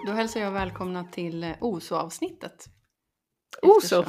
Då hälsar jag välkomna till OSO-avsnittet. OSO?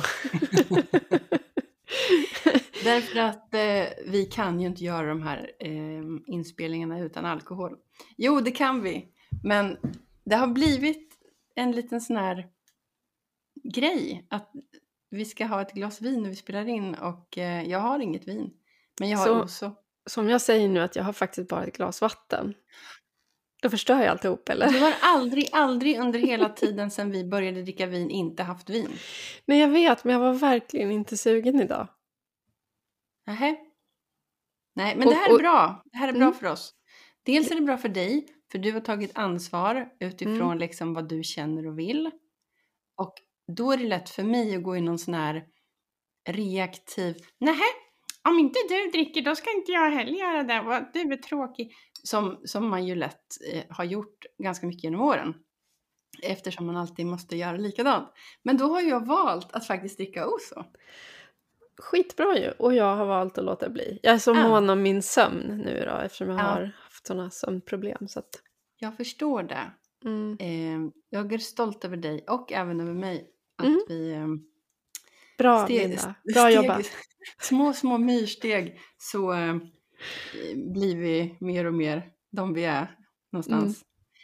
Därför att vi kan ju inte göra de här inspelningarna utan alkohol. Jo, det kan vi. Men det har blivit en liten sån här grej att vi ska ha ett glas vin när vi spelar in. Och jag har inget vin, men jag har OSO. Som jag säger nu att jag har faktiskt bara ett glas vatten. Då förstör jag alltihop, eller? Du har aldrig under hela tiden sedan vi började dricka vin inte haft vin. Nej, jag vet, men jag var verkligen inte sugen idag. Nähä. Nej, men det här är bra. Det här är bra för oss. Dels är det bra för dig, för du har tagit ansvar utifrån liksom vad du känner och vill. Och då är det lätt för mig att gå i någon sån här reaktiv, nähä, om inte du dricker då ska inte jag heller göra det. Du är tråkig. Som man ju lätt har gjort ganska mycket genom åren. Eftersom man alltid måste göra likadant. Men då har jag valt att faktiskt dricka OSO. Skitbra ju. Och jag har valt att låta bli. Jag är så mån om min sömn nu då. Eftersom jag har haft sådana sömnproblem. Så att... Jag förstår det. Jag är stolt över dig och även över mig. Att vi... Bra, Linda. Bra jobbat. Små myrsteg så blir vi mer och mer de vi är någonstans.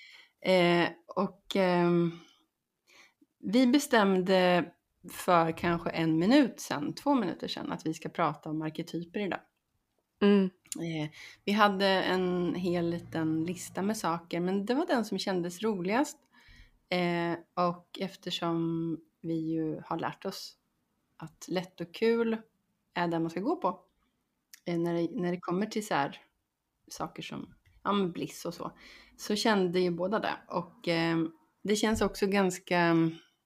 Vi bestämde för kanske 1 minut sedan, 2 minuter sedan, att vi ska prata om arketyper idag. Vi hade en hel liten lista med saker, men det var den som kändes roligast. Och eftersom vi ju har lärt oss att lätt och kul är det man ska gå på. När det kommer till så här saker som bliss och så kände ju båda det. Och det känns också ganska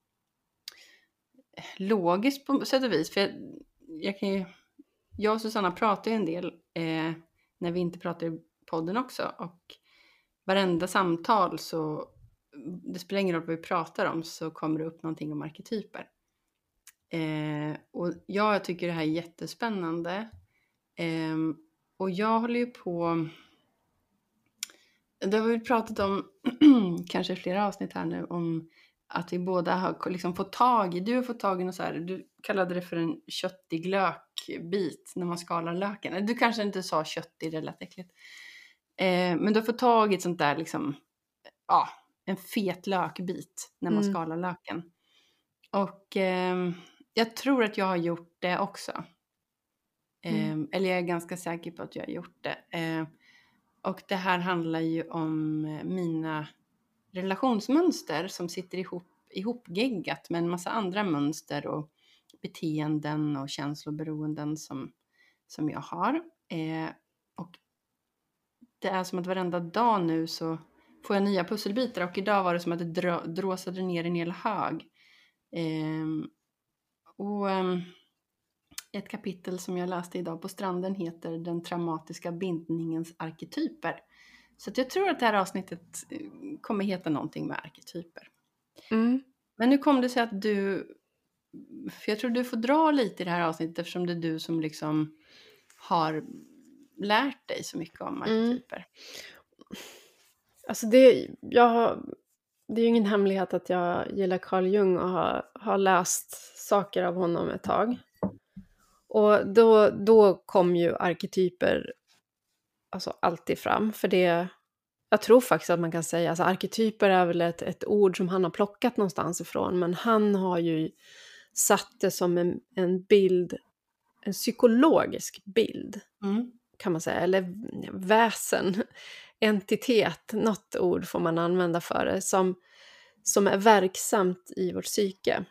logiskt på sätt och vis. För jag och Susanna pratar ju en del när vi inte pratar i podden också. Och varenda samtal så, det spelar ingen roll vad vi pratar om, så kommer det upp någonting om arketyper. Och jag tycker det här är jättespännande. Och jag håller ju på... Det har vi pratat om kanske flera avsnitt här nu, om att vi båda har liksom fått tag i... Du har fått tag i något så här... Du kallade det för en köttig lökbit när man skalar löken. Du kanske inte sa köttig, det lät äckligt. Men du har fått tag i ett sånt där liksom... Ja, en fet lökbit när man skalar löken. Och jag tror att jag har gjort det också. Eller jag är ganska säker på att jag har gjort det. Och det här handlar ju om mina relationsmönster som sitter ihopgeggat med en massa andra mönster och beteenden och känsloberoenden som jag har. Och det är som att varenda dag nu så får jag nya pusselbitar, och idag var det som att det dråsade ner en hel hög. Ett kapitel som jag läste idag på stranden heter Den traumatiska bindningens arketyper. Så att jag tror att det här avsnittet kommer heta någonting med arketyper. Men nu kom det sig att för jag tror du får dra lite i det här avsnittet, eftersom det är du som liksom har lärt dig så mycket om arketyper. Alltså det är ju ingen hemlighet att jag gillar Carl Jung och har läst saker av honom ett tag. Och då kom ju arketyper alltså alltid fram. För jag tror faktiskt att man kan säga, alltså arketyper är väl ett ord som han har plockat någonstans ifrån. Men han har ju satt det som en bild, en psykologisk bild kan man säga. Eller väsen, entitet, något ord får man använda för det. Som är verksamt i vårt psyke.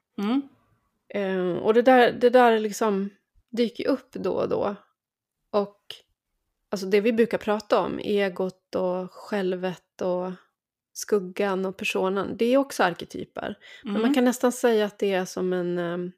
Och det där liksom dyker upp då och då. Och alltså det vi brukar prata om, egot och självet och skuggan och personen, det är också arketyper. Men man kan nästan säga att det är som en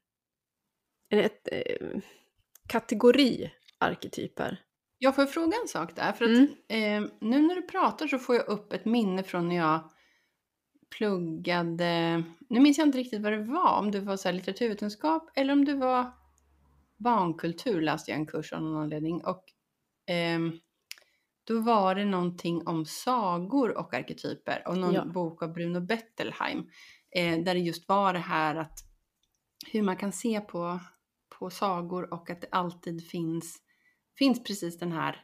kategori arketyper. Jag får fråga en sak där. För att nu när du pratar så får jag upp ett minne från när jag pluggade... Nu minns jag inte riktigt vad det var. Om det var så här litteraturvetenskap eller om det var barnkultur, läste jag en kurs av någon anledning. Och då var det någonting om sagor och arketyper. Och någon Ja. bok av Bruno Bettelheim. Där det just var det här att hur man kan se på sagor och att det alltid finns precis den här,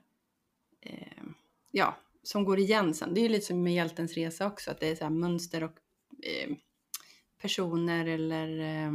som går igen sen. Det är ju lite som med Hjältens resa också, att det är så här mönster och personer eller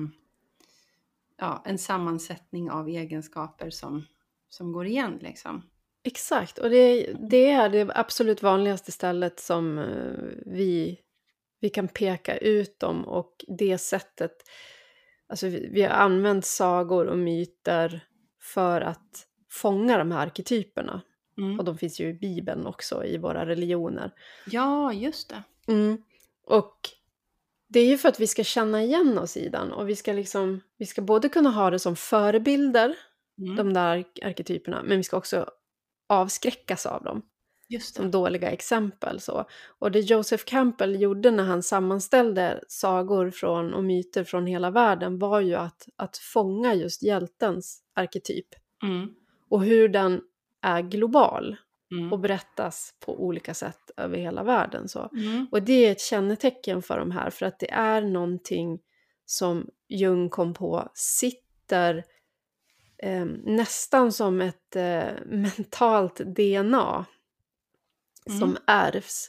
en sammansättning av egenskaper som går igen liksom. Exakt, och det är det absolut vanligaste stället som vi kan peka ut dem, och det sättet, alltså vi har använt sagor och myter för att fånga de här arketyperna. Och de finns ju i Bibeln också, i våra religioner. Ja, just det. Och det är ju för att vi ska känna igen oss i den, och vi ska både kunna ha det som förebilder, de där arketyperna, men vi ska också avskräckas av dem. Just det. Som dåliga exempel. Så. Och det Joseph Campbell gjorde när han sammanställde sagor och myter från hela världen var ju att fånga just hjältens arketyp. Och hur den är global och berättas på olika sätt över hela världen. Så. Och det är ett kännetecken för de här, för att det är någonting som Jung kom på sitter nästan som ett mentalt DNA som ärvs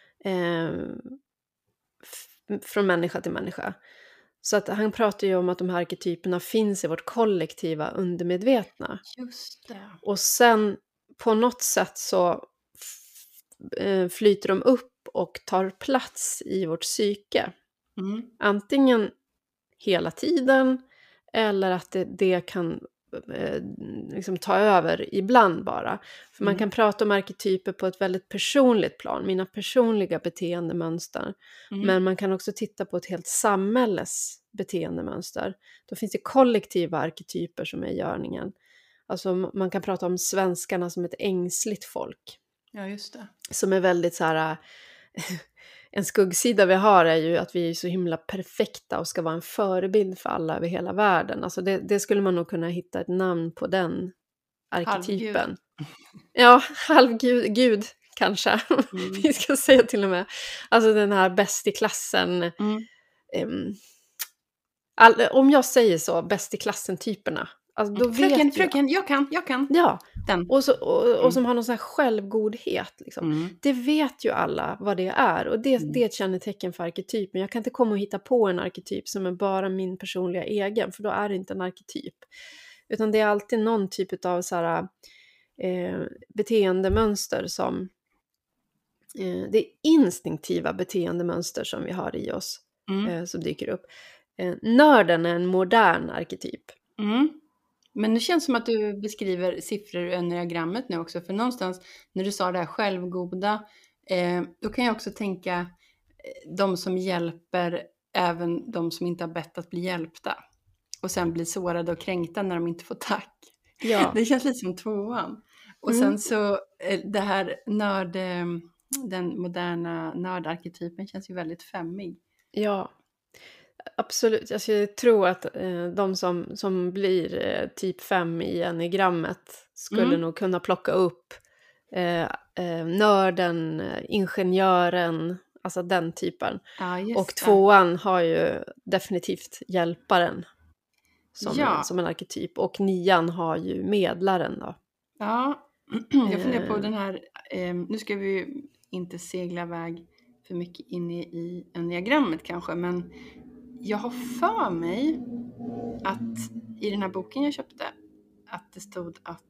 från människa till människa. Så att han pratar ju om att de här arketyperna finns i vårt kollektiva undermedvetna. Just det. Och sen på något sätt så flyter de upp och tar plats i vårt psyke. Antingen hela tiden, eller att det kan liksom ta över ibland bara. För man kan prata om arketyper på ett väldigt personligt plan, mina personliga beteendemönster. Men man kan också titta på ett helt samhälles beteendemönster. Då finns det kollektiva arketyper som är i görningen. Alltså man kan prata om svenskarna som ett ängsligt folk. Ja, just det. Som är väldigt så här... En skuggsida vi har är ju att vi är så himla perfekta och ska vara en förebild för alla över hela världen. Alltså det skulle man nog kunna hitta ett namn på, den arketypen. Halvgud. Ja, halvgud kanske. Vi ska säga till och med. Alltså den här bäst i klassen. Om jag säger så, bäst i klassen typerna. Alltså, då Fröken, jag kan. Ja, Den. och som har någon sån här självgodhet. Liksom. Det vet ju alla vad det är. Och det är ett kännetecken för arketypen. Jag kan inte komma och hitta på en arketyp som är bara min personliga egen. För då är det inte en arketyp. Utan det är alltid någon typ av så här, beteendemönster som... det är instinktiva beteendemönster som vi har i oss. Som dyker upp. Nörden är en modern arketyp. Men det känns som att du beskriver siffror ur enneagrammet nu också. För någonstans när du sa det här självgoda, då kan jag också tänka de som hjälper även de som inte har bett att bli hjälpta. Och sen blir sårade och kränkta när de inte får tack. Ja. Det känns lite som 2:an. Och sen så det här den moderna nördarketypen känns ju väldigt femmig. Ja. Absolut, alltså jag tror att de som blir typ 5 i enneagrammet skulle nog kunna plocka upp nörden, ingenjören, alltså den typen. Ja, just och det. 2:an har ju definitivt hjälparen som en arketyp, och 9:an har ju medlaren då. Ja, jag funderar på den här, nu ska vi ju inte segla iväg för mycket in i enneagrammet kanske, men jag har för mig att i den här boken jag köpte att det stod att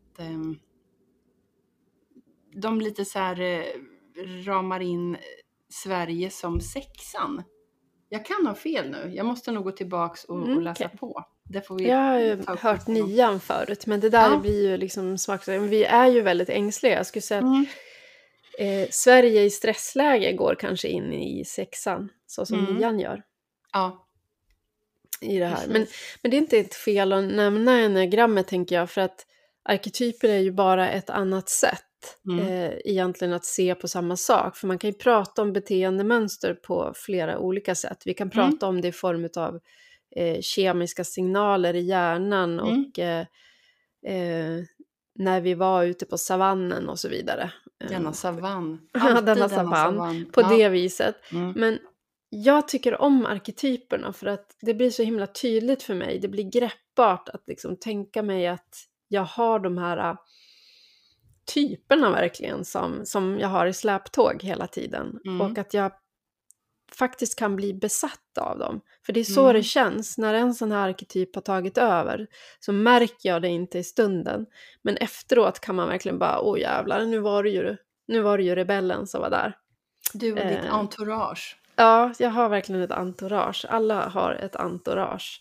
de lite så här ramar in Sverige som 6:an. Jag kan ha fel nu. Jag måste nog gå tillbaks och läsa på. Det får vi jag har hört 9:an förut, men det där blir ju liksom smaksak. Vi är ju väldigt ängsliga. Jag skulle säga att Sverige i stressläge går kanske in i 6:an, så som 9:an gör. Ja. I det här. Men det är inte ett fel att nämna enneagrammet, tänker jag, för att arketyper är ju bara ett annat sätt egentligen att se på samma sak. För man kan ju prata om beteendemönster på flera olika sätt. Vi kan prata om det i form av kemiska signaler i hjärnan och när vi var ute på savannen och så vidare. Denna savann. denna Alltid denna savann savann. på Ja. det viset. Mm. Men jag tycker om arketyperna för att det blir så himla tydligt för mig. Det blir greppbart att liksom tänka mig att jag har de här typerna verkligen som jag har i släptåg hela tiden. Mm. Och att jag faktiskt kan bli besatt av dem. För det är så det känns. När en sån här arketyp har tagit över så märker jag det inte i stunden. Men efteråt kan man verkligen bara, åh jävlar, nu var det ju rebellen som var där. Du och ditt entourage. Ja, jag har verkligen ett entourage. Alla har ett entourage.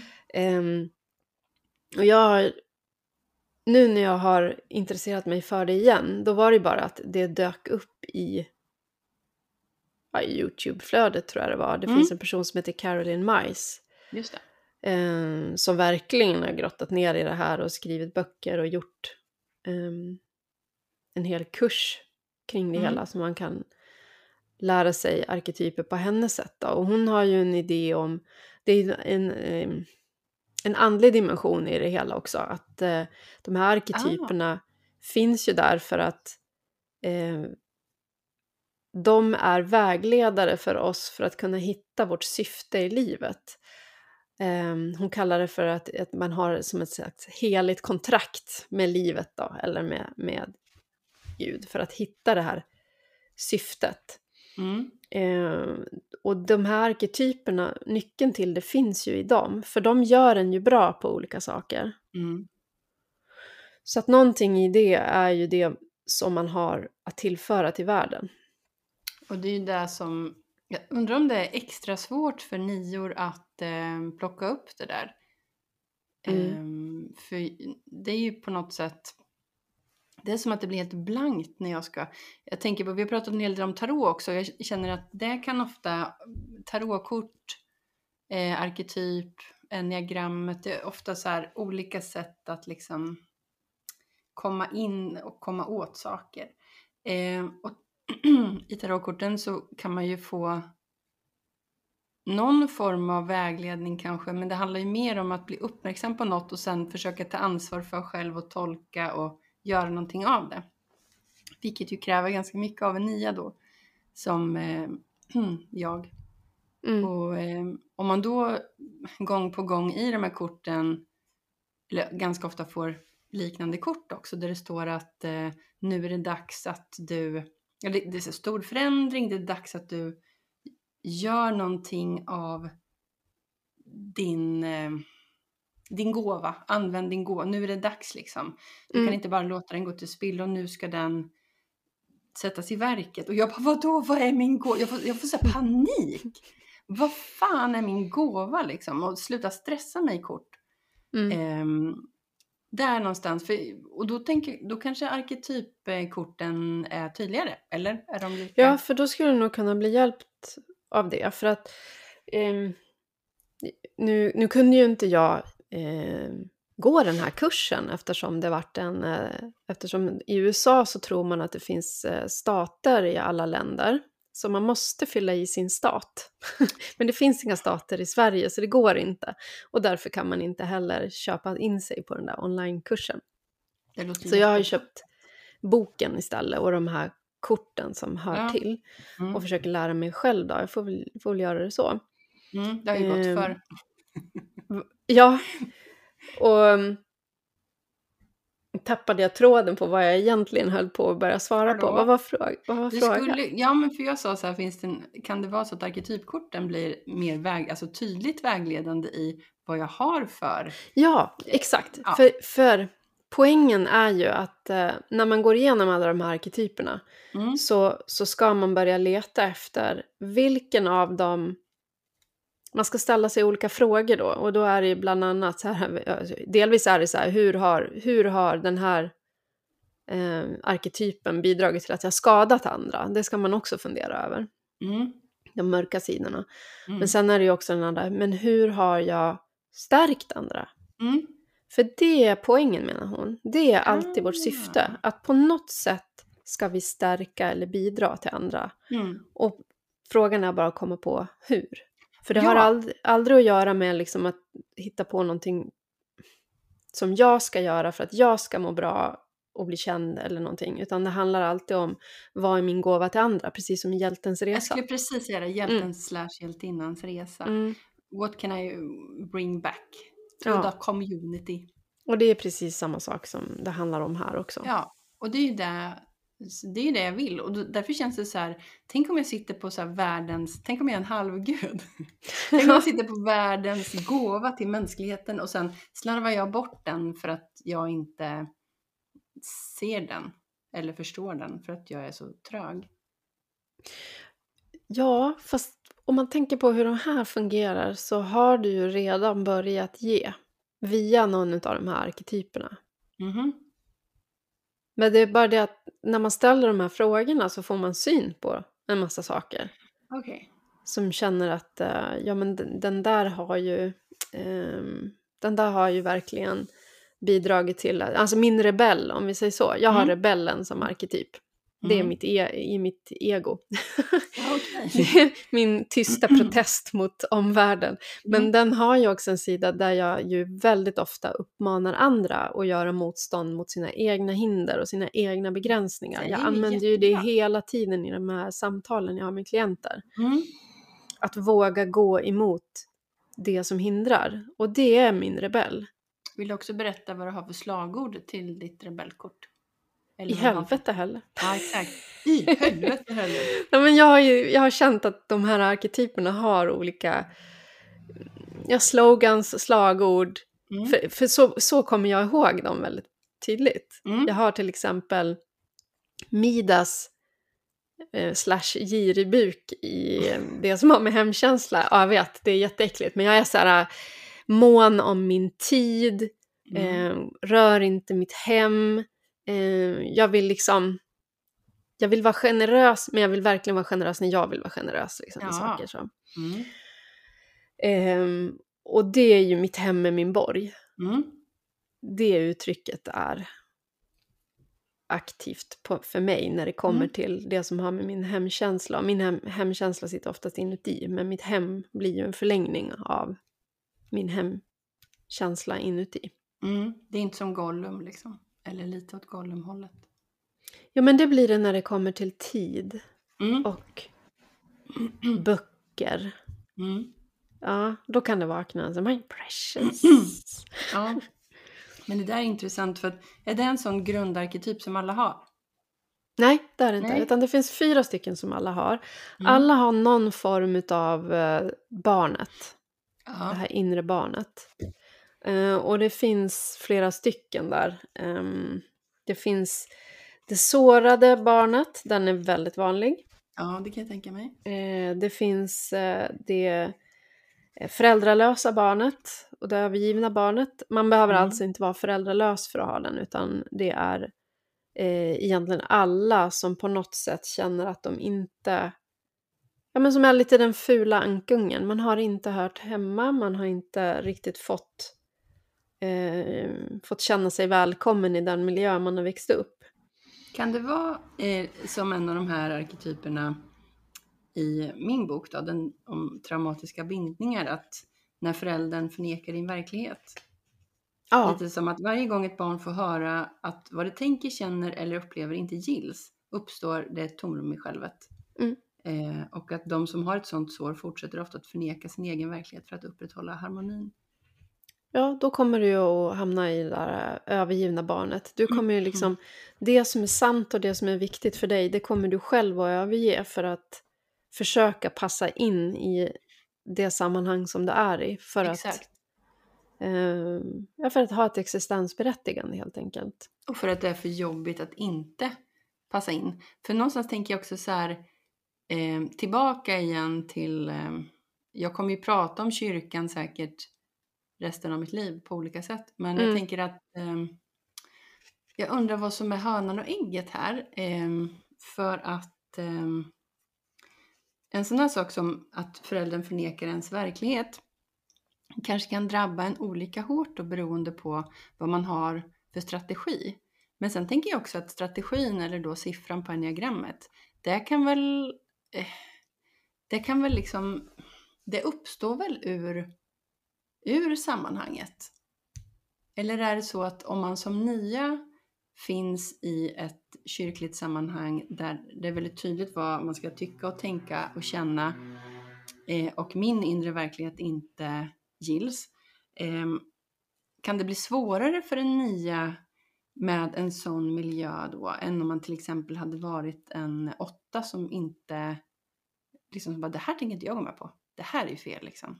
Och nu när jag har intresserat mig för det igen, då var det bara att det dök upp i YouTube-flödet tror jag det var. Det finns en person som heter Caroline Mice. Just det. Som verkligen har grottat ner i det här och skrivit böcker och gjort en hel kurs kring det hela som man kan lära sig arketyper på hennes sätt. Då. Och hon har ju en idé om, det är en andlig dimension i det hela också, att de här arketyperna finns ju där för att de är vägledare för oss för att kunna hitta vårt syfte i livet. Hon kallar det för att man har som ett slags heligt kontrakt med livet då, eller med Gud, för att hitta det här syftet. Och de här arketyperna, nyckeln till det finns ju i dem, för de gör en ju bra på olika saker. Så att någonting i det är ju det som man har att tillföra till världen. Och det är ju det som, jag undrar om det är extra svårt för nior att plocka upp det där. För det är ju på något sätt, det är som att det blir helt blankt när jag tänker på, vi har pratat en hel del om tarot också, jag känner att det kan ofta, tarotkort, arketyp, enneagrammet, det är ofta så här olika sätt att liksom komma in och komma åt saker. Och i tarotkorten så kan man ju få någon form av vägledning kanske, men det handlar ju mer om att bli uppmärksam på något och sen försöka ta ansvar för själv och tolka och göra någonting av det. Vilket ju kräver ganska mycket av en nia då, som jag. Och om man då gång på gång i de här korten, eller ganska ofta får liknande kort också, där det står att nu är det dags att du, det är så stor förändring, det är dags att du gör någonting av din gåva, använd din gåva, nu är det dags liksom. Du kan inte bara låta den gå till spill och nu ska den sättas i verket. Och jag bara, vadå, vad är min gåva? Jag får så panik. Vad fan är min gåva liksom? Och sluta stressa mig kort. Där någonstans. Och då kanske arketypkorten är tydligare, eller? Är de lika? Ja, för då skulle du nog kunna bli hjälpt av det. För att nu kunde ju inte jag gå den här kursen eftersom det vart eftersom i USA så tror man att det finns stater i alla länder. Så man måste fylla i sin stat. Men det finns inga stater i Sverige så det går inte. Och därför kan man inte heller köpa in sig på den där onlinekursen. Så jag har ju köpt boken istället och de här korten som hör till. Och försöker lära mig själv då. Jag får väl göra det så. Det har ju gått för. Ja. Och tappade jag tråden på vad jag egentligen höll på att börja svara på. Vad var frågan? Ja, men för jag sa så här, kan det vara så att arketypkorten blir mer alltså tydligt vägledande i vad jag har för? Ja, exakt. Ja. För poängen är ju att när man går igenom alla de här arketyperna så ska man börja leta efter vilken av dem. Man ska ställa sig olika frågor då. Och då är det bland annat så här, delvis är det så här, hur har den här arketypen bidragit till att jag skadat andra? Det ska man också fundera över. De mörka sidorna. Men sen är det ju också den andra, men hur har jag stärkt andra? För det är poängen, menar hon. Det är alltid vårt syfte. Att på något sätt ska vi stärka eller bidra till andra. Och frågan är bara att komma på hur. För det har aldrig att göra med liksom att hitta på någonting som jag ska göra för att jag ska må bra att bli känd eller någonting. Utan det handlar alltid om vad är min gåva till andra, precis som i hjältens Jag resa. skulle precis säga det, hjältens / hjältinnans resa. Mm. What can I bring back to Ja. the community? Och det är precis samma sak som det handlar om här också. Ja, och det är ju det jag vill. Och därför känns det så här, tänk om jag sitter på så här tänk om jag är en halvgud. Tänk om jag sitter på världens gåva till mänskligheten och sen slarvar jag bort den för att jag inte ser den eller förstår den för att jag är så trög. Ja, fast om man tänker på hur de här fungerar så har du ju redan börjat ge via någon av de här arketyperna. Mhm. Men det är bara det att när man ställer de här frågorna så får man syn på en massa saker. Okej. Som känner att ja, men den där har ju verkligen bidragit till, alltså min rebell, om vi säger så. Jag har rebellen som arketyp. Det är mitt ego. Okej. Det är min tysta protest mot omvärlden. Men den har ju också en sida där jag ju väldigt ofta uppmanar andra att göra motstånd mot sina egna hinder och sina egna begränsningar. Det är Jag ju använder ju det jättebra. hela tiden i de här samtalen jag har med klienter. Mm. Att våga gå emot det som hindrar. Och det är min rebell. Vill du också berätta vad du har för slagord till ditt rebellkort? Eller I vad du har för- helvete heller. Ja, exakt. I helvete heller. Ja, men jag har känt att de här arketyperna har olika slogans, slagord. För så kommer jag ihåg dem väldigt tydligt. Jag har till exempel Midas / giribuk i det som har med hemkänsla. Ja, jag vet, det är jätteäckligt. Men jag är så här mån om min tid. Rör inte mitt hem. Jag vill vara generös, men jag vill verkligen vara generös när jag vill vara generös. Liksom, Ja. i saker så. Och det är ju mitt hem med min borg. Det uttrycket är aktivt för mig när det kommer till det som har med min hemkänsla. Min hemkänsla sitter oftast inuti, men mitt hem blir ju en förlängning av min hemkänsla inuti. Det är inte som Gollum liksom. Eller lite åt Gollum-hållet. Ja, men det blir det när det kommer till tid och böcker. Ja, då kan det vakna som my precious. Ja. Men det där är intressant för att är det en sån grundarketyp som alla har? Nej, det är det inte. Nej. Utan det finns 4 stycken som alla har. Alla har någon form av barnet. Ja. Det här inre barnet. Och det finns flera stycken där. Det finns det sårade barnet. Den är väldigt vanlig. Ja, det kan jag tänka mig. Det finns det föräldralösa barnet och det övergivna barnet. Man behöver alltså inte vara föräldralös för att ha den, utan det är egentligen alla som på något sätt känner att de inte, ja, men som är lite den fula ankungen. Man har inte hört hemma, man har inte riktigt fått känna sig välkommen i den miljö man har växt upp. Kan det vara som en av de här arketyperna i min bok då, den om traumatiska bindningar, att när föräldern förnekar din verklighet? Ja, Lite som att varje gång ett barn får höra att vad det tänker, känner eller upplever inte gills, uppstår det ett tomrum i självet. Och att de som har ett sånt sår fortsätter ofta att förneka sin egen verklighet för att upprätthålla harmonin. ja, då kommer du ju att hamna i det där övergivna barnet. Du kommer ju liksom, det som är sant och det som är viktigt för dig, det kommer du själv att överge för att försöka passa in i det sammanhang som du är i. För att ha ett existensberättigande helt enkelt. Och för att det är för jobbigt att inte passa in. För någonstans tänker jag också så här, tillbaka igen till, jag kommer ju prata om kyrkan säkert resten av mitt liv på olika sätt. Men jag tänker att jag undrar vad som är hönan och ägget här. För att en sån här sak som att föräldern förnekar ens verklighet kanske kan drabba en olika hårt och beroende på vad man har för strategi. Men sen tänker jag också att strategin, eller då siffran på enneagrammet, det uppstår väl ur sammanhanget. Eller är det så att om man som 9 finns i ett kyrkligt sammanhang där det är väldigt tydligt vad man ska tycka och tänka och känna, och min inre verklighet inte gills, kan det bli svårare för en 9 med en sån miljö då än om man till exempel hade varit en 8 som inte liksom bara, det här tänker inte jag gå med på, det här är ju fel liksom.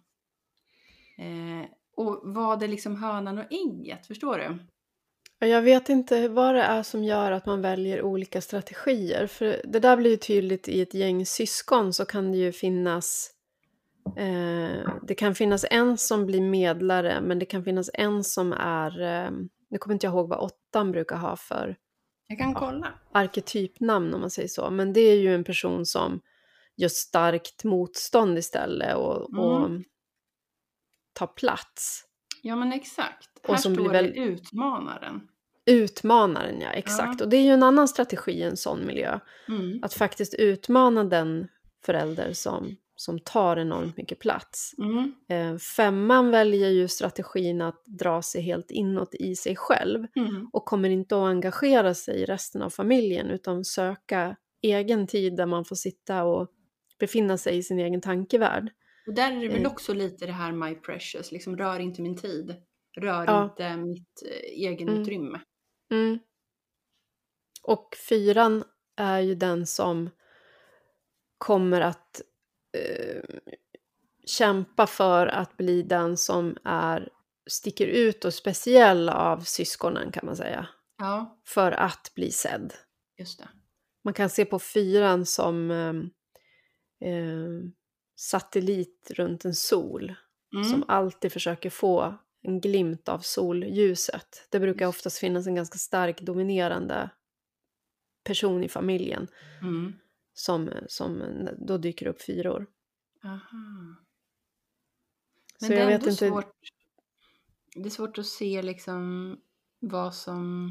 Och var det liksom hönan och ägget, förstår du? Jag vet inte vad det är som gör att man väljer olika strategier. För det där blir ju tydligt i ett gäng syskon, så kan det ju finnas... det kan finnas en som blir medlare, men det kan finnas en som är... nu kommer inte jag ihåg vad 8 brukar ha för Jag kan kolla. arketypnamn om man säger så. Men det är ju en person som gör starkt motstånd istället och tar plats. Ja, men exakt. Och Här som står blir det väl- utmanaren. Utmanaren, ja, exakt. Ja. Och det är ju en annan strategi i en sån miljö. Mm. Att faktiskt utmana den förälder som tar enormt mycket plats. Mm. 5:an väljer ju strategin att dra sig helt inåt i sig själv. Mm. Och kommer inte att engagera sig i resten av familjen, utan söka egen tid där man får sitta och befinna sig i sin egen tankevärld. Och där är det väl också lite det här my precious, liksom rör inte min tid, rör inte mitt egen utrymme. Mm. Och 4:an är ju den som kommer att kämpa för att bli den som sticker ut och speciell av syskonen, kan man säga. Ja, För att bli sedd. just det. Man kan se på 4:an som satellit runt en sol. Som alltid försöker få en glimt av solljuset. Det brukar oftast finnas en ganska stark dominerande person i familjen. Som då dyker upp 4:or. Aha. Så Men det jag är vet ändå inte. svårt. Det är svårt att se liksom vad som...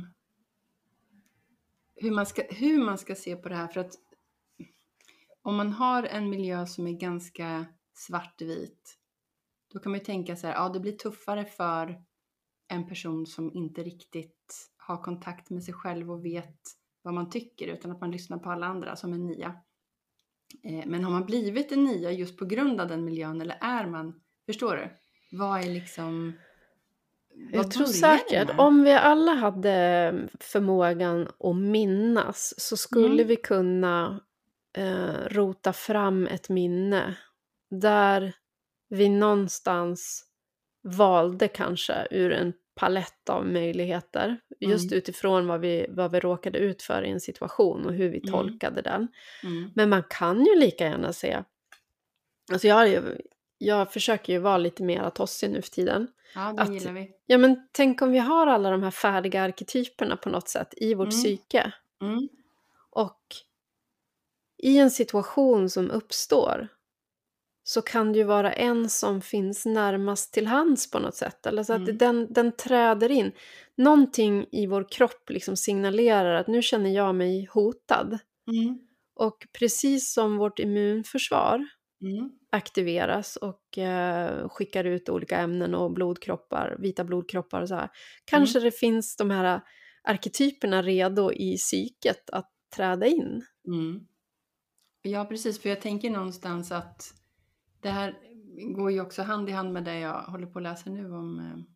Hur man ska se på det här. För att om man har en miljö som är ganska svartvit, då kan man ju tänka så här, ja, det blir tuffare för en person som inte riktigt har kontakt med sig själv och vet vad man tycker, utan att man lyssnar på alla andra som en 9. Men har man blivit en 9 just på grund av den miljön, eller är man, förstår du? Vad är liksom... Jag tror säkert, om vi alla hade förmågan att minnas, så skulle vi kunna rota fram ett minne där vi någonstans valde kanske ur en palett av möjligheter, just utifrån vad vi råkade ut för i en situation och hur vi tolkade den. Men man kan ju lika gärna se, alltså jag försöker ju vara lite mer tossig nu för tiden. Ja, det gillar vi. Ja, men tänk om vi har alla de här färdiga arketyperna på något sätt i vårt psyke. Och i en situation som uppstår så kan det ju vara en som finns närmast till hands på något sätt. Eller så att den träder in. Någonting i vår kropp liksom signalerar att nu känner jag mig hotad. Och precis som vårt immunförsvar aktiveras och skickar ut olika ämnen och blodkroppar, vita blodkroppar och så här. Kanske det finns de här arketyperna redo i psyket att träda in. Ja, precis. För jag tänker någonstans att det här går ju också hand i hand med det jag håller på att läsa nu om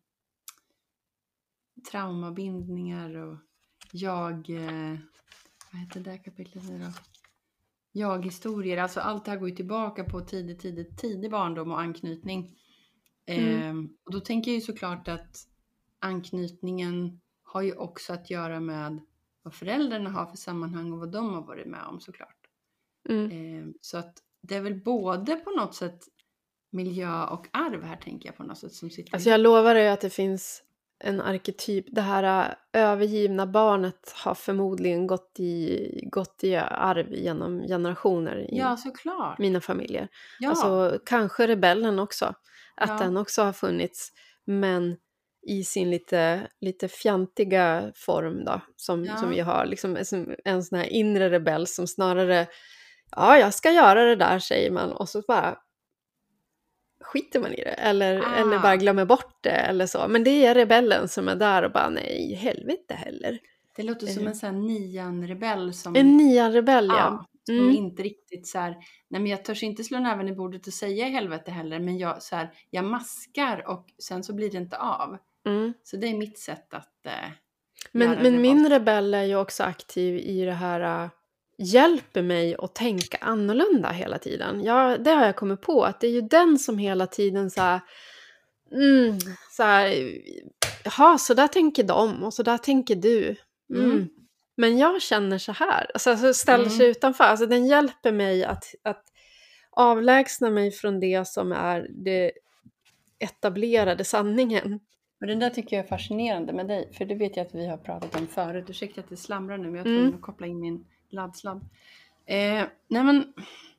traumabindningar och vad heter det kapitlet nu då? Jag-historier. Alltså allt det här går ju tillbaka på tidig barndom och anknytning. Och då tänker jag ju såklart att anknytningen har ju också att göra med vad föräldrarna har för sammanhang och vad de har varit med om, såklart. Så att det är väl både på något sätt miljö och arv här, tänker jag, på något sätt som sitter. Alltså jag lovar dig att det finns en arketyp. Det här övergivna barnet har förmodligen gått i arv genom generationer i såklart. mina familjer. Ja. Alltså kanske rebellen också. Att den också har funnits. Men i sin lite fjantiga form då. Som vi har. Liksom en sån här inre rebell som snarare... Ja, jag ska göra det där, säger man. Och så bara skiter man i det. Eller bara glömmer bort det eller så. Men det är rebellen som är där och bara, nej, helvete heller. Det låter som en sån här nian-rebell som... En nian-rebell, ja. Ja, som inte riktigt så här, nej men jag törs inte slå näven i bordet och säga i helvete heller, men jag, så här, jag maskar och sen så blir det inte av. Så det är mitt sätt att Men min rebell är ju också aktiv i det här, hjälper mig att tänka annorlunda hela tiden. Ja, det har jag kommit på, att det är ju den som hela tiden så här, jaha, så där tänker de och så där tänker du. Men jag känner så här, alltså ställer sig utanför. Alltså den hjälper mig att avlägsna mig från det som är det etablerade sanningen. Och den där tycker jag är fascinerande med dig, för det vet jag att vi har pratat om förut. Ursäkta att det slamrar nu, men jag tror att koppla in min laddsladd. Nej men,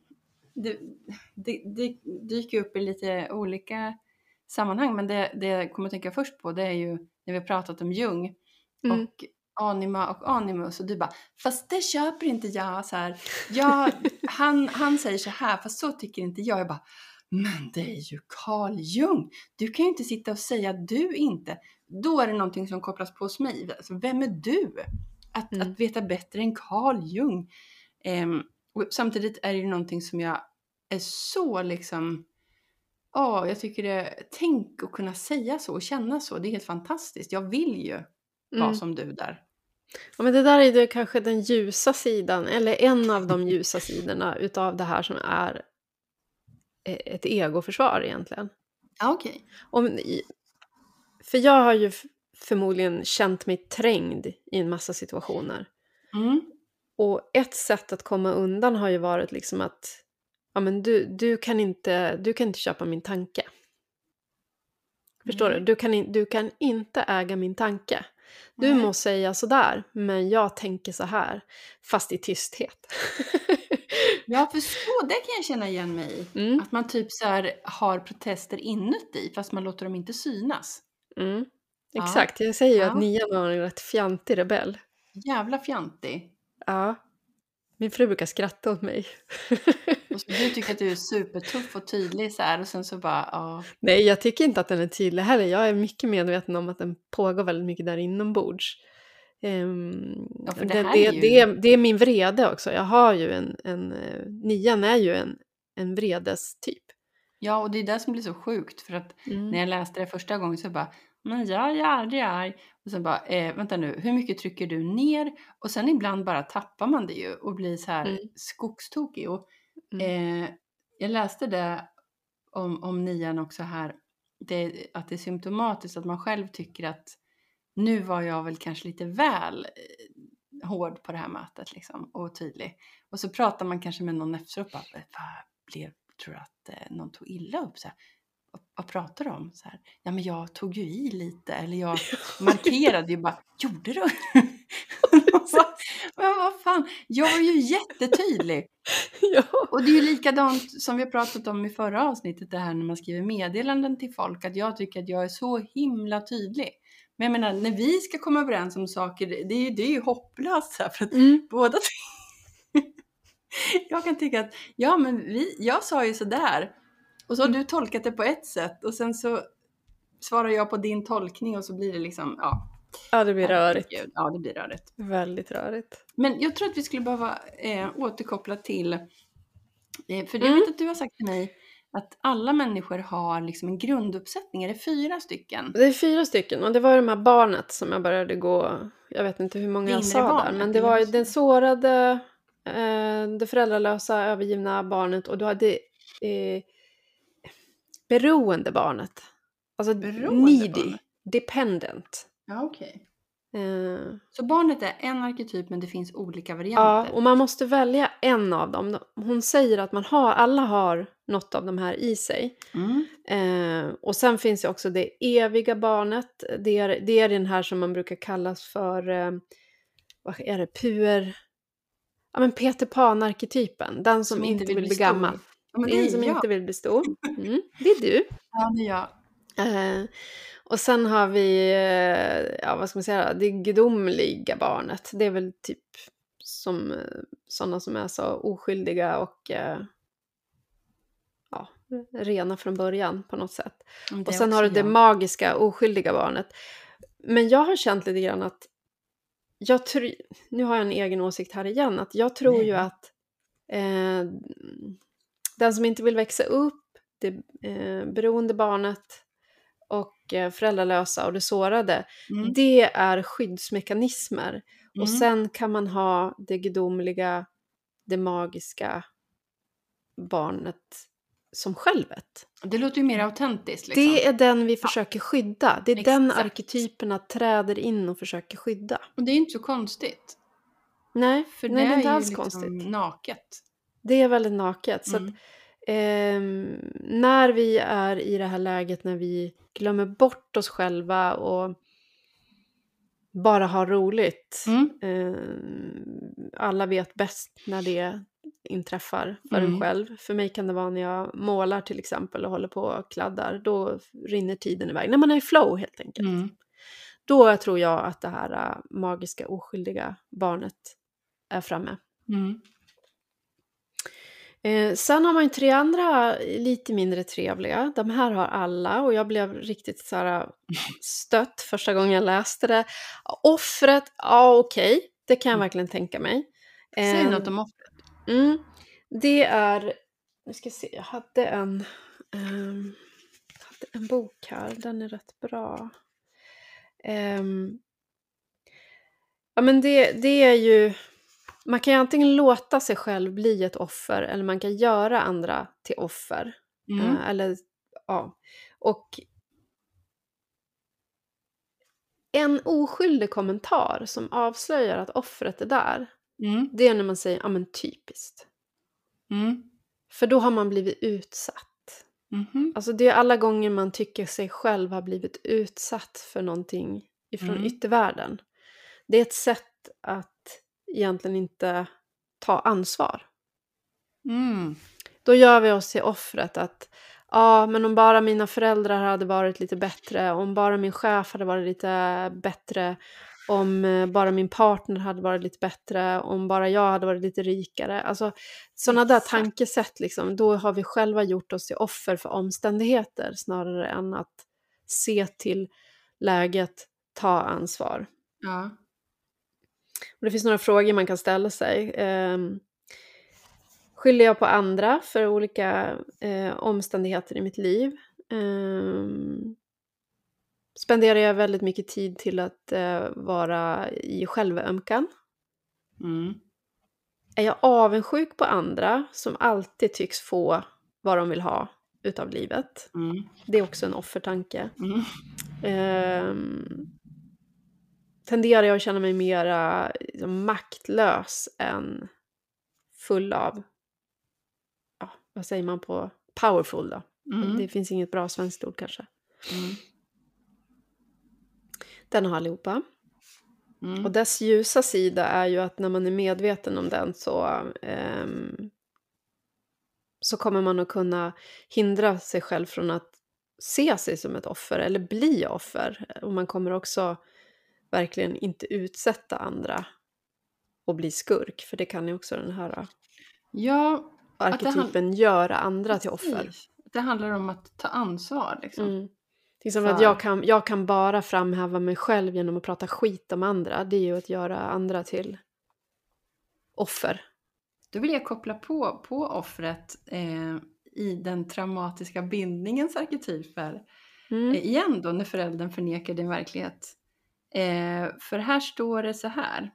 det dyker upp i lite olika sammanhang, men det jag kommer att tänka först på, det är ju när vi har pratat om Jung och anima och animus, och du bara, fast det köper inte jag så här. Ja, han säger så här, fast så tycker inte jag. Jag bara, men det är ju Carl Jung. Du kan ju inte sitta och säga du inte. Då är det någonting som kopplas på hos mig. Alltså, vem är du? Att veta bättre än Carl Jung. Och samtidigt är det ju någonting som jag är så liksom... jag tycker det... Tänk att kunna säga så och känna så. Det är helt fantastiskt. Jag vill ju vara som du där. Ja, men det där är ju kanske den ljusa sidan. Eller en av de ljusa sidorna utav det här som är ett egoförsvar egentligen. Ja, okej. För jag har ju förmodligen känt mig trängd i en massa situationer. Och ett sätt att komma undan har ju varit liksom att ja, men du kan inte köpa min tanke. Förstår du? Du kan inte äga min tanke. Du må säga sådär, men jag tänker så här, fast i tysthet. Ja, för så det kan jag känna igen mig i. Att man typ så här har protester inuti, fast man låter dem inte synas. Exakt, jag säger ju att nian var en rätt fjantig rebell. Jävla fjantig. Ja, min fru brukar skratta åt mig. Och så du tycker att du är supertuff och tydlig så här, och sen så bara, Nej, jag tycker inte att den är tydlig heller. Jag är mycket medveten om att den pågår väldigt mycket där inombords. för det är min vrede också. Jag har ju nian är ju en vredestyp. Ja, och det är det som blir så sjukt, för att när jag läste det första gången så bara, men jag är aldrig arg. Och sen bara, vänta nu, hur mycket trycker du ner? Och sen ibland bara tappar man det ju och blir så här skogstokig. Och jag läste det om nian också här, att det är symptomatiskt att man själv tycker att nu var jag väl kanske lite väl hård på det här mötet liksom, och tydlig. Och så pratar man kanske med någon efteråt, tror du att någon tog illa upp så här? Vad pratar du om? Så här, ja, men jag tog ju i lite, eller jag markerade ju bara, gjorde du? Men vad fan, jag var ju jättetydlig. Ja. Och det är ju likadant som vi har pratat om i förra avsnittet, det här när man skriver meddelanden till folk, att jag tycker att jag är så himla tydlig. Men jag menar, när vi ska komma överens om saker, det är ju hopplöst här, för att båda... Jag kan tycka att, ja men jag sa ju sådär. Och så har du tolkat det på ett sätt. Och sen så svarar jag på din tolkning. Och så blir det liksom, Ja, det blir rörigt. Ja, det blir rörigt. Väldigt rörigt. Men jag tror att vi skulle behöva återkoppla till... för jag vet att du har sagt till mig att alla människor har liksom en grunduppsättning. Är det 4 stycken? Det är 4 stycken. Och det var ju de här barnet som jag började gå... Jag vet inte hur många jag sa barnet, där. Men det var ju den sårade, det föräldralösa, övergivna barnet. Och du hade beroende barnet. Alltså needy, dependent. Ja, okej. Så barnet är en arketyp, men det finns olika varianter. Ja, och man måste välja en av dem. Hon säger att alla har något av de här i sig. Och sen finns det också det eviga barnet. Det är den här som man brukar kallas för, vad är det, ja, men Peter Pan-arketypen. Den som inte vill bli gammal. Ja, det är den som inte vill bli stor. Det är du. Ja, det är jag. Och sen har vi, vad ska man säga, det gudomliga barnet. Det är väl typ som sådana som är så oskyldiga och rena från början på något sätt. Och sen har du det magiska, oskyldiga barnet. Men jag har känt lite grann att nu har jag en egen åsikt här igen, att jag tror ju Nej. att den som inte vill växa upp, det beroende barnet och föräldralösa och det sårade, Mm. det är skyddsmekanismer. Och Mm. sen kan man ha det gudomliga, det magiska barnet som självet. Det låter ju mer autentiskt liksom. Det är den vi försöker skydda. Det är den Exakt. arketyperna träder in och försöker skydda. Och det är inte så konstigt. Nej, För nej, det är inte ju alls liksom konstigt. naket. Det är väldigt naket. Så att, när vi är i det här läget när vi glömmer bort oss själva och bara har roligt. Alla vet bäst när det inträffar för en själv. För mig kan det vara när jag målar till exempel och håller på och kladdar. Då rinner tiden iväg. När man är i flow helt enkelt. Då tror jag att det här magiska, oskyldiga barnet är framme. Sen har man ju 3 andra lite mindre trevliga. De här har alla och jag blev riktigt så här stött första gången jag läste det. Offret, ja okej. Det kan jag verkligen tänka mig. Säg något om offret. Det är, nu ska jag se, jag hade en bok här, den är rätt bra. Ja men det är ju, man kan ju antingen låta sig själv bli ett offer eller man kan göra andra till offer. Eller, ja. Och en oskyldig kommentar som avslöjar att offret är där, det är när man säger, ja men typiskt. För då har man blivit utsatt. Alltså det är alla gånger man tycker sig själv har blivit utsatt för någonting ifrån yttervärlden. Det är ett sätt att egentligen inte ta ansvar. Då gör vi oss till offret att ja, men om bara mina föräldrar hade varit lite bättre, om bara min chef hade varit lite bättre, om bara min partner hade varit lite bättre, om bara jag hade varit lite rikare. Alltså sådana där tankesätt liksom, då har vi själva gjort oss till offer för omständigheter snarare än att se till läget, ta ansvar. Ja. Och det finns några frågor man kan ställa sig. Skyller jag på andra för olika omständigheter i mitt liv? Spenderar jag väldigt mycket tid till att vara i självömkan? Är jag avundsjuk på andra som alltid tycks få vad de vill ha utav livet? Det är också en offertanke. Tenderar jag att känna mig mera liksom, maktlös än full av, ja, vad säger man på powerful då? Det finns inget bra svenskt ord kanske. Den har allihopa. Och dess ljusa sida är ju att när man är medveten om den så kommer man att kunna hindra sig själv från att se sig som ett offer eller bli offer. Och man kommer också verkligen inte utsätta andra och bli skurk. För det kan ju också den här arketypen göra andra till offer. Det handlar om att ta ansvar liksom. Till exempel att jag kan bara framhäva mig själv genom att prata skit om andra. Det är ju att göra andra till offer. Då vill jag koppla på offret i den traumatiska bindningens arketyper. Igen då när föräldern förnekar din verklighet. För här står det så här.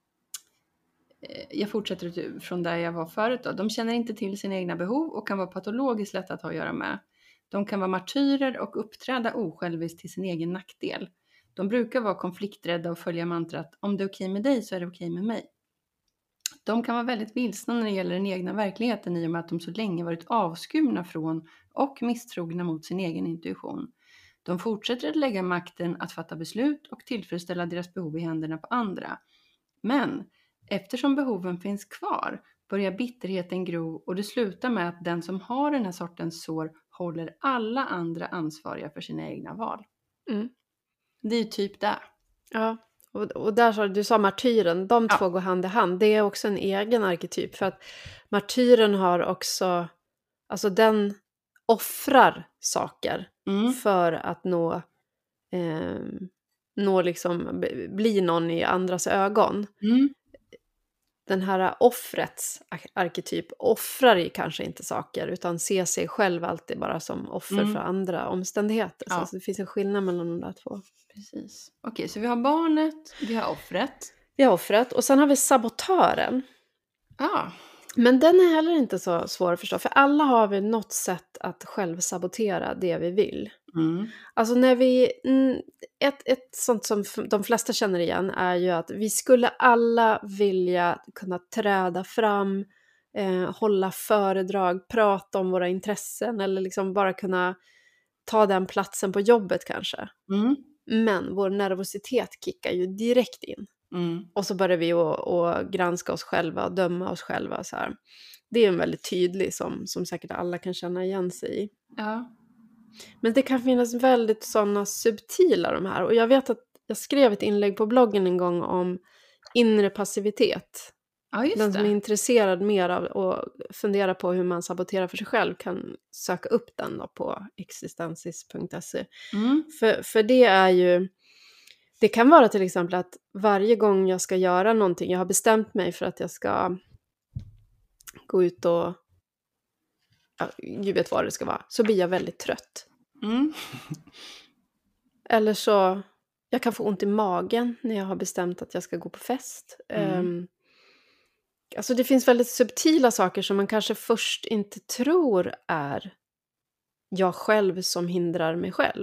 Jag fortsätter från där jag var förut då. De känner inte till sina egna behov och kan vara patologiskt lätta att ha att göra med. De kan vara martyrer och uppträda osjälviskt till sin egen nackdel. De brukar vara konflikträdda och följa mantrat om det är okej med dig så är det okej med mig. De kan vara väldigt vilsna när det gäller den egna verkligheten i och med att de så länge varit avskurna från och misstrogna mot sin egen intuition. De fortsätter att lägga makten att fatta beslut och tillfredsställa deras behov i händerna på andra. Men eftersom behoven finns kvar börjar bitterheten gro och det slutar med att den som har den här sortens sår håller alla andra ansvariga för sina egna val. Det är typ det. Ja, och där du sa martyren, de två går hand i hand. Det är också en egen arketyp för att martyren har också, alltså den offrar saker för att nå nå liksom, bli någon i andras ögon. Mm. Den här offrets arketyp offrar ju kanske inte saker utan ser sig själv alltid bara som offer för andra omständigheter. Ja. Så det finns en skillnad mellan de där två. Precis. Okej, så vi har barnet, vi har offret. Vi har offret och sen har vi sabotören. Ja. Men den är heller inte så svår att förstå, för alla har vi något sätt att självsabotera det vi vill. Mm. Alltså när vi, ett sånt som de flesta känner igen är ju att vi skulle alla vilja kunna träda fram, hålla föredrag, prata om våra intressen eller liksom bara kunna ta den platsen på jobbet kanske. Mm. Men vår nervositet kickar ju direkt in. Mm. Och så börjar vi att granska oss själva och döma oss själva. Så här. Det är en väldigt tydlig som säkert alla kan känna igen sig i. Ja. Men det kan finnas väldigt sådana subtila de här. Och jag vet att jag skrev ett inlägg på bloggen en gång om inre passivitet. Ja, just Den som är det. intresserad mer av att fundera på hur man saboterar för sig själv kan söka upp den då på existensis.se. Mm. För det är ju... Det kan vara till exempel att varje gång jag ska göra någonting, jag har bestämt mig för att jag ska gå ut och, ja, Gud vet vad det ska vara, så blir jag väldigt trött. Mm. Eller så, jag kan få ont i magen när jag har bestämt att jag ska gå på fest. Alltså det finns väldigt subtila saker som man kanske först inte tror är jag själv som hindrar mig själv.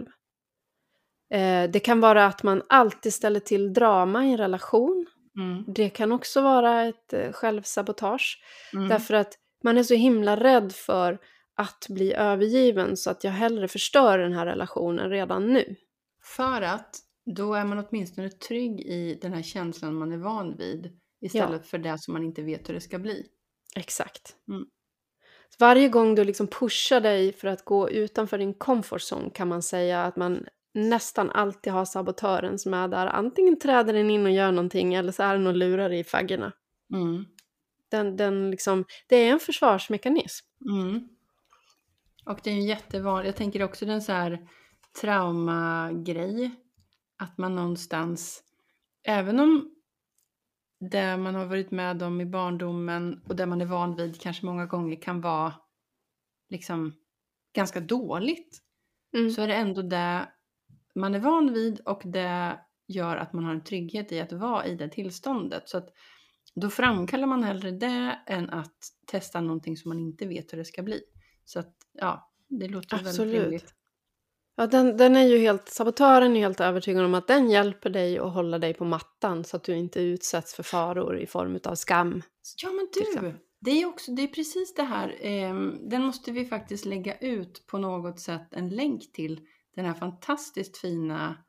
Det kan vara att man alltid ställer till drama i en relation. Mm. Det kan också vara ett självsabotage. Mm. Därför att man är så himla rädd för att bli övergiven så att jag hellre förstör den här relationen redan nu. För att då är man åtminstone trygg i den här känslan man är van vid. Istället för det som man inte vet hur det ska bli. Exakt. Mm. Varje gång du liksom pushar dig för att gå utanför din comfort zone kan man säga att man nästan alltid har sabotören som är där. Antingen träder den in och gör någonting eller så är den och lurar i faggorna. Mm. Den liksom, det är en försvarsmekanism. Mm. Och det är en jättevanlig, jag tänker också den så här traumagrej. Att man någonstans, även om det man har varit med om i barndomen och det man är van vid kanske många gånger kan vara liksom ganska dåligt. Så är det ändå det man är van vid och det gör att man har en trygghet i att vara i det tillståndet. Så att då framkallar man hellre det än att testa någonting som man inte vet hur det ska bli. Så att ja, det låter väldigt rimligt. Ja, den är ju helt, sabotören är helt övertygad om att den hjälper dig att hålla dig på mattan så att du inte utsätts för faror i form av skam. Ja men du, det är precis det här. Den måste vi faktiskt lägga ut på något sätt en länk till den här fantastiskt fina,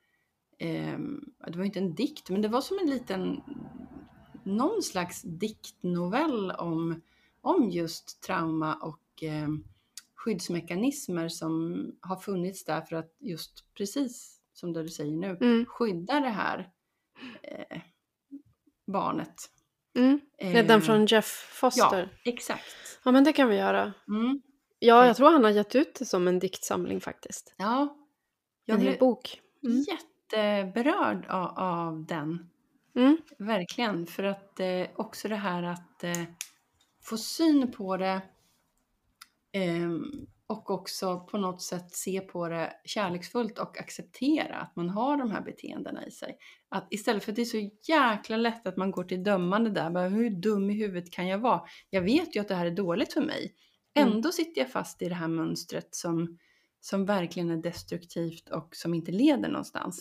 det var inte en dikt men det var som en liten, någon slags diktnovell om just trauma och skyddsmekanismer som har funnits där för att just precis som du säger nu skydda det här barnet. Det är den från Jeff Foster. Ja, exakt. Ja, men det kan vi göra. Mm. Ja, jag tror han har gett ut det som en diktsamling faktiskt. Ja. En hel bok. Jätteberörd av den. Verkligen. För att också det här att få syn på det och också på något sätt se på det kärleksfullt och acceptera att man har de här beteendena i sig. Att istället för att det är så jäkla lätt att man går till dömande där. Bara, hur dum i huvudet kan jag vara? Jag vet ju att det här är dåligt för mig. Ändå sitter jag fast i det här mönstret som verkligen är destruktivt och som inte leder någonstans.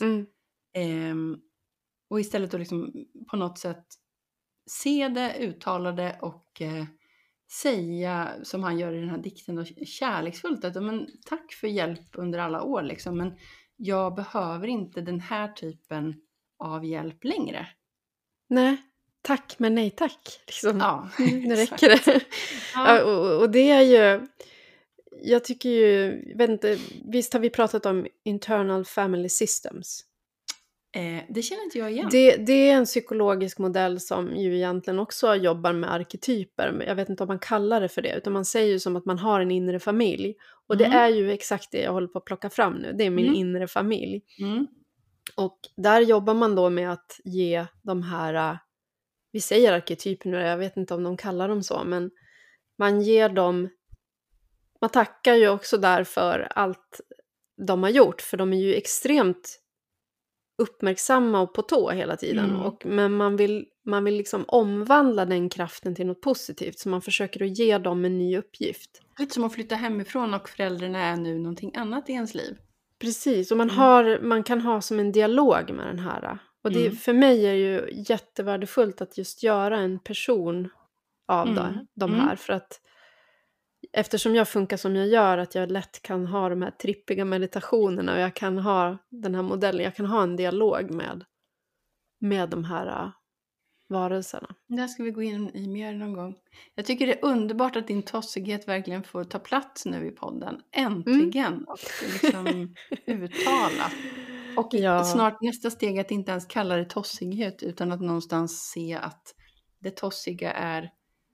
Och istället då liksom på något sätt se det, uttala det och säga som han gör i den här dikten då, kärleksfullt att men, tack för hjälp under alla år liksom, men jag behöver inte den här typen av hjälp längre. Nej, tack men nej tack. Liksom. Ja, nu räcker det. Ja. Och det är ju, jag tycker ju, vet inte, visst har vi pratat om internal family systems? Det känner inte jag igen. Det är en psykologisk modell som ju egentligen också jobbar med arketyper. Men jag vet inte om man kallar det för det. Utan man säger ju som att man har en inre familj. Och det är ju exakt det jag håller på att plocka fram nu. Det är min inre familj. Och där jobbar man då med att ge de här, vi säger arketyper nu, jag vet inte om de kallar dem så, men man ger dem, man tackar ju också där för allt de har gjort, för de är ju extremt uppmärksamma och på tå hela tiden. Men man vill liksom omvandla den kraften till något positivt, så man försöker att ge dem en ny uppgift. Lite som att flytta hemifrån och föräldrarna är nu någonting annat i ens liv. Precis, och man kan ha som en dialog med den här. Och det för mig är ju jättevärdefullt att just göra en person av de här. För att eftersom jag funkar som jag gör, att jag lätt kan ha de här trippiga meditationerna och jag kan ha den här modellen, jag kan ha en dialog med de här varelserna. Där ska vi gå in i mer någon gång. Jag tycker det är underbart att din tossighet verkligen får ta plats nu i podden. Äntligen! Och liksom uttala. Och snart nästa steg att inte ens kalla det tossighet, utan att någonstans se att det tossiga är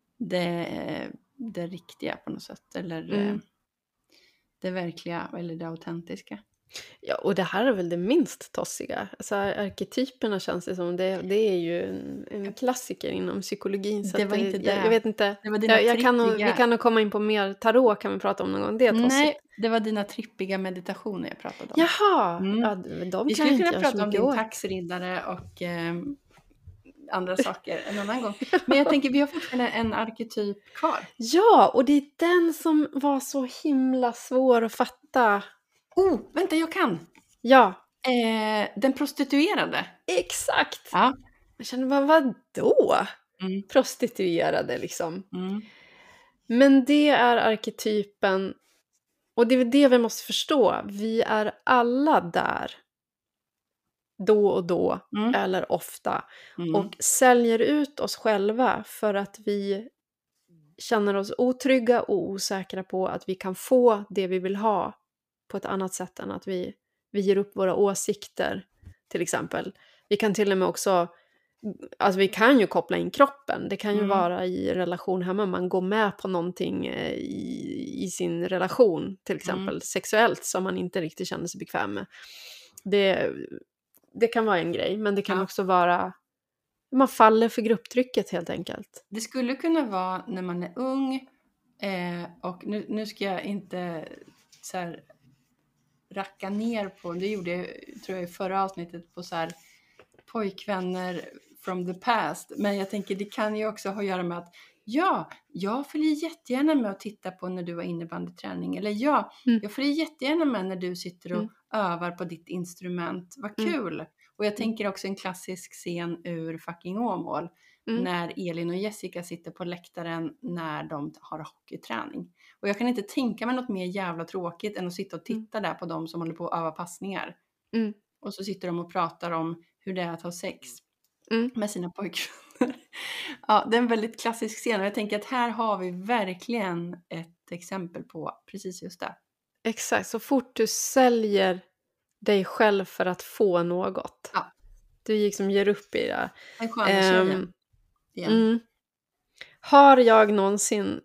det riktiga på något sätt. Eller det verkliga, eller det autentiska. Ja, och det här är väl det minst tossiga. Alltså arketyperna känns det som, det är ju en klassiker inom psykologin. Så det var inte det. Jag vet inte. Det var vi kan nog komma in på mer tarot, kan vi prata om någon gång. Det är tossigt. Nej, det var dina trippiga meditationer jag pratade om. Jaha! Ja, de vi kan skulle inte kunna prata om din taxriddare och andra saker en annan gång. Men jag tänker, vi har fortfarande en arketyp kvar. Ja, och det är den som var så himla svår att fatta. Vänta, jag kan! Ja. Den prostituerade. Exakt! Ja. Jag känner, vadå? Prostituerade liksom. Men det är arketypen, och det är det vi måste förstå. Vi är alla där. Då och då, eller ofta. Och säljer ut oss själva för att vi känner oss otrygga och osäkra på att vi kan få det vi vill ha på ett annat sätt än att vi ger upp våra åsikter, till exempel. Vi kan till och med också, alltså vi kan ju koppla in kroppen. Det kan ju vara i relation hemma, man går med på någonting i sin relation, till exempel sexuellt, som man inte riktigt känner sig bekväm med. Det kan vara en grej, men det kan också vara, man faller för grupptrycket helt enkelt. Det skulle kunna vara när man är ung, och nu ska jag inte så här racka ner på, det gjorde jag tror jag i förra avsnittet, på så här pojkvänner from the past, men jag tänker det kan ju också ha att göra med att jag följer jättegärna med att titta på när du har innebandyträning, eller jag följer jättegärna med när du sitter och övar på ditt instrument, vad kul. Och jag tänker också en klassisk scen ur Fucking Åmål, när Elin och Jessica sitter på läktaren när de har hockeyträning. Och jag kan inte tänka mig något mer jävla tråkigt än att sitta och titta där på dem som håller på att öva passningar. Och så sitter de och pratar om hur det är att ha sex med sina pojkvänner. Ja, det är en väldigt klassisk scen, och jag tänker att här har vi verkligen ett exempel på precis just det. Exakt, så fort du säljer dig själv för att få något. Ja. Du liksom ger upp i det. En sköna tjejen. Har jag någonsin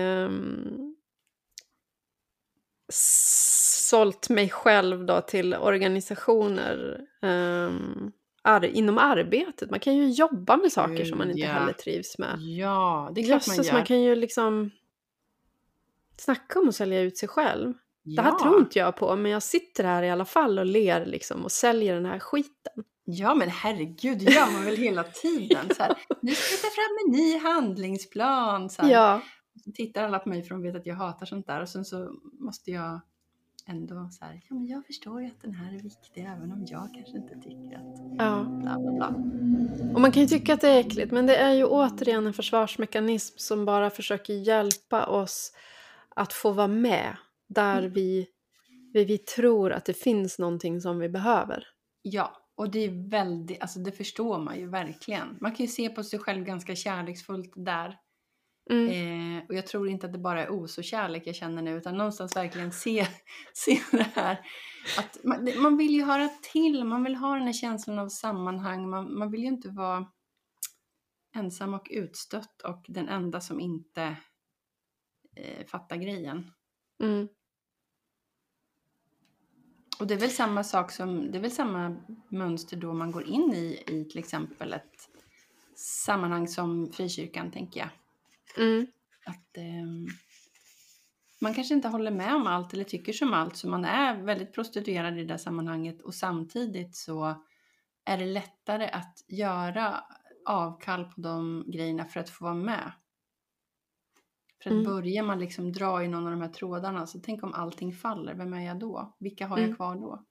sålt mig själv då till organisationer inom arbetet? Man kan ju jobba med saker som man inte heller trivs med. Ja, det är klart man gör. Så man kan ju liksom snacka om att sälja ut sig själv. Det här tror inte jag på, men jag sitter här i alla fall och ler liksom och säljer den här skiten. Ja, men herregud, det gör man väl hela tiden. Så här, nu ska vi ta fram en ny handlingsplan. Så här. Ja. Så tittar alla på mig för de vet att jag hatar sånt där. Och sen så måste jag ändå så här, men jag förstår ju att den här är viktig även om jag kanske inte tycker att bla bla bla. Och man kan ju tycka att det är äckligt, men det är ju återigen en försvarsmekanism som bara försöker hjälpa oss att få vara med där vi tror att det finns någonting som vi behöver. Ja, och det är väldigt, alltså det förstår man ju verkligen. Man kan ju se på sig själv ganska kärleksfullt där. Och jag tror inte att det bara är kärlek jag känner nu, utan någonstans verkligen se det här. Att man vill ju höra till, man vill ha den här känslan av sammanhang. Man vill ju inte vara ensam och utstött och den enda som inte fattar grejen. Och det är väl samma sak som, det är väl samma mönster då man går in i till exempel ett sammanhang som frikyrkan, tänker jag. Att man kanske inte håller med om allt eller tycker som allt, så man är väldigt prostituerad i det där sammanhanget, och samtidigt så är det lättare att göra avkall på de grejerna för att få vara med. För att börjar man liksom dra i någon av de här trådarna, så tänk om allting faller, vem är jag då? Vilka har jag kvar då?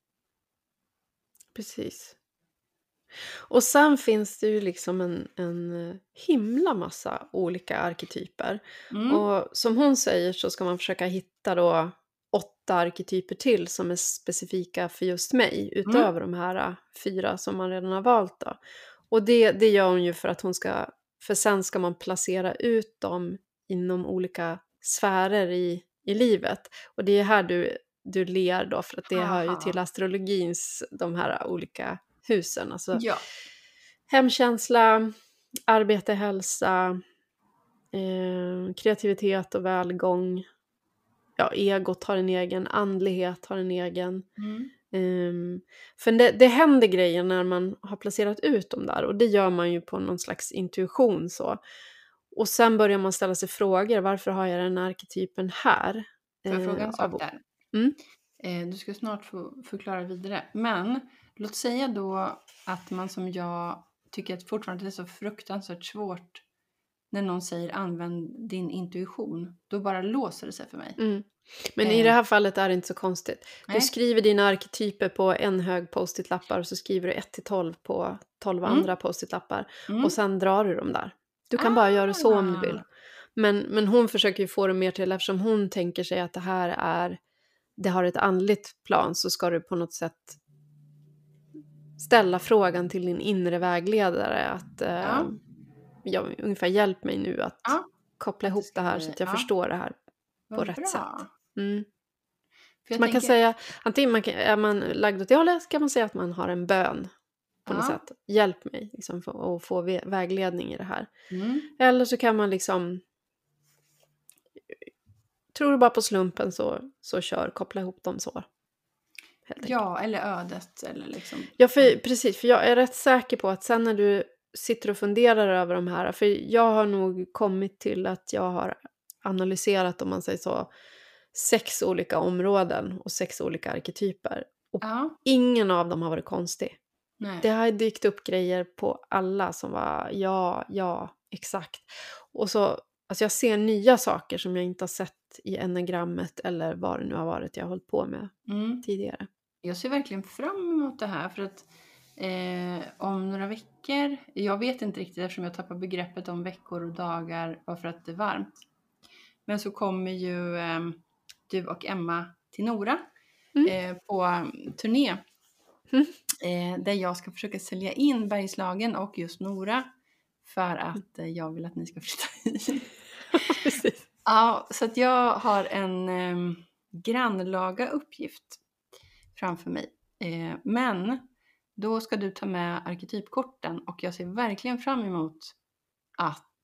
Precis. Och sen finns det ju liksom en himla massa olika arketyper. Och som hon säger så ska man försöka hitta då 8 arketyper till som är specifika för just mig, utöver de här 4 som man redan har valt då. Och det gör hon ju för sen ska man placera ut dem inom olika sfärer i livet. Och det är här du ler då, för att det hör ju till astrologins de här olika husen. Alltså hemkänsla, arbete, hälsa, kreativitet och välgång. Ja, egot har en egen, andlighet har en egen. För det händer grejer när man har placerat ut dem där. Och det gör man ju på någon slags intuition så. Och sen börjar man ställa sig frågor. Varför har jag den arketypen här? Får jag fråga en sak där? Du ska snart få förklara vidare. Men låt säga då att man som jag tycker att fortfarande det är så fruktansvärt svårt när någon säger använd din intuition. Då bara låser det sig för mig. Men i det här fallet är det inte så konstigt. Du skriver dina arketyper på en hög post-it-lappar och så skriver du 1-12 på 12 andra post-it-lappar. Och sen drar du dem där. Du kan bara göra så om du vill. Men hon försöker ju få det mer till, eftersom hon tänker sig att det har ett andligt plan, så ska du på något sätt ställa frågan till din inre vägledare att ungefär hjälp mig nu att koppla ihop det här så att jag förstår det här på rätt sätt. Man kan säga, antingen är man lagd åt det hållet, kan man säga att man har en bön på något sätt. Hjälp mig liksom, att få vägledning i det här. Eller så kan man liksom, tror du bara på slumpen så koppla ihop dem så. Ja, eller ödet. Eller liksom. Ja, precis. För jag är rätt säker på att sen när du sitter och funderar över de här, för jag har nog kommit till att jag har analyserat, om man säger så, 6 olika områden och 6 olika arketyper. Och ingen av dem har varit konstig. Nej. Det har dykt upp grejer på alla som var ja, exakt. Och så, alltså jag ser nya saker som jag inte har sett i enagrammet eller vad det nu har varit jag har hållit på med tidigare. Jag ser verkligen fram emot det här, för att om några veckor, jag vet inte riktigt eftersom jag tappar begreppet om veckor och dagar bara för att det är varmt. Men så kommer ju du och Emma till Nora på turné. Där jag ska försöka sälja in Bergslagen och just Nora för att jag vill att ni ska flytta hit. Precis. Ja, så att jag har en grannlaga uppgift framför mig. Men då ska du ta med arketypkorten, och jag ser verkligen fram emot att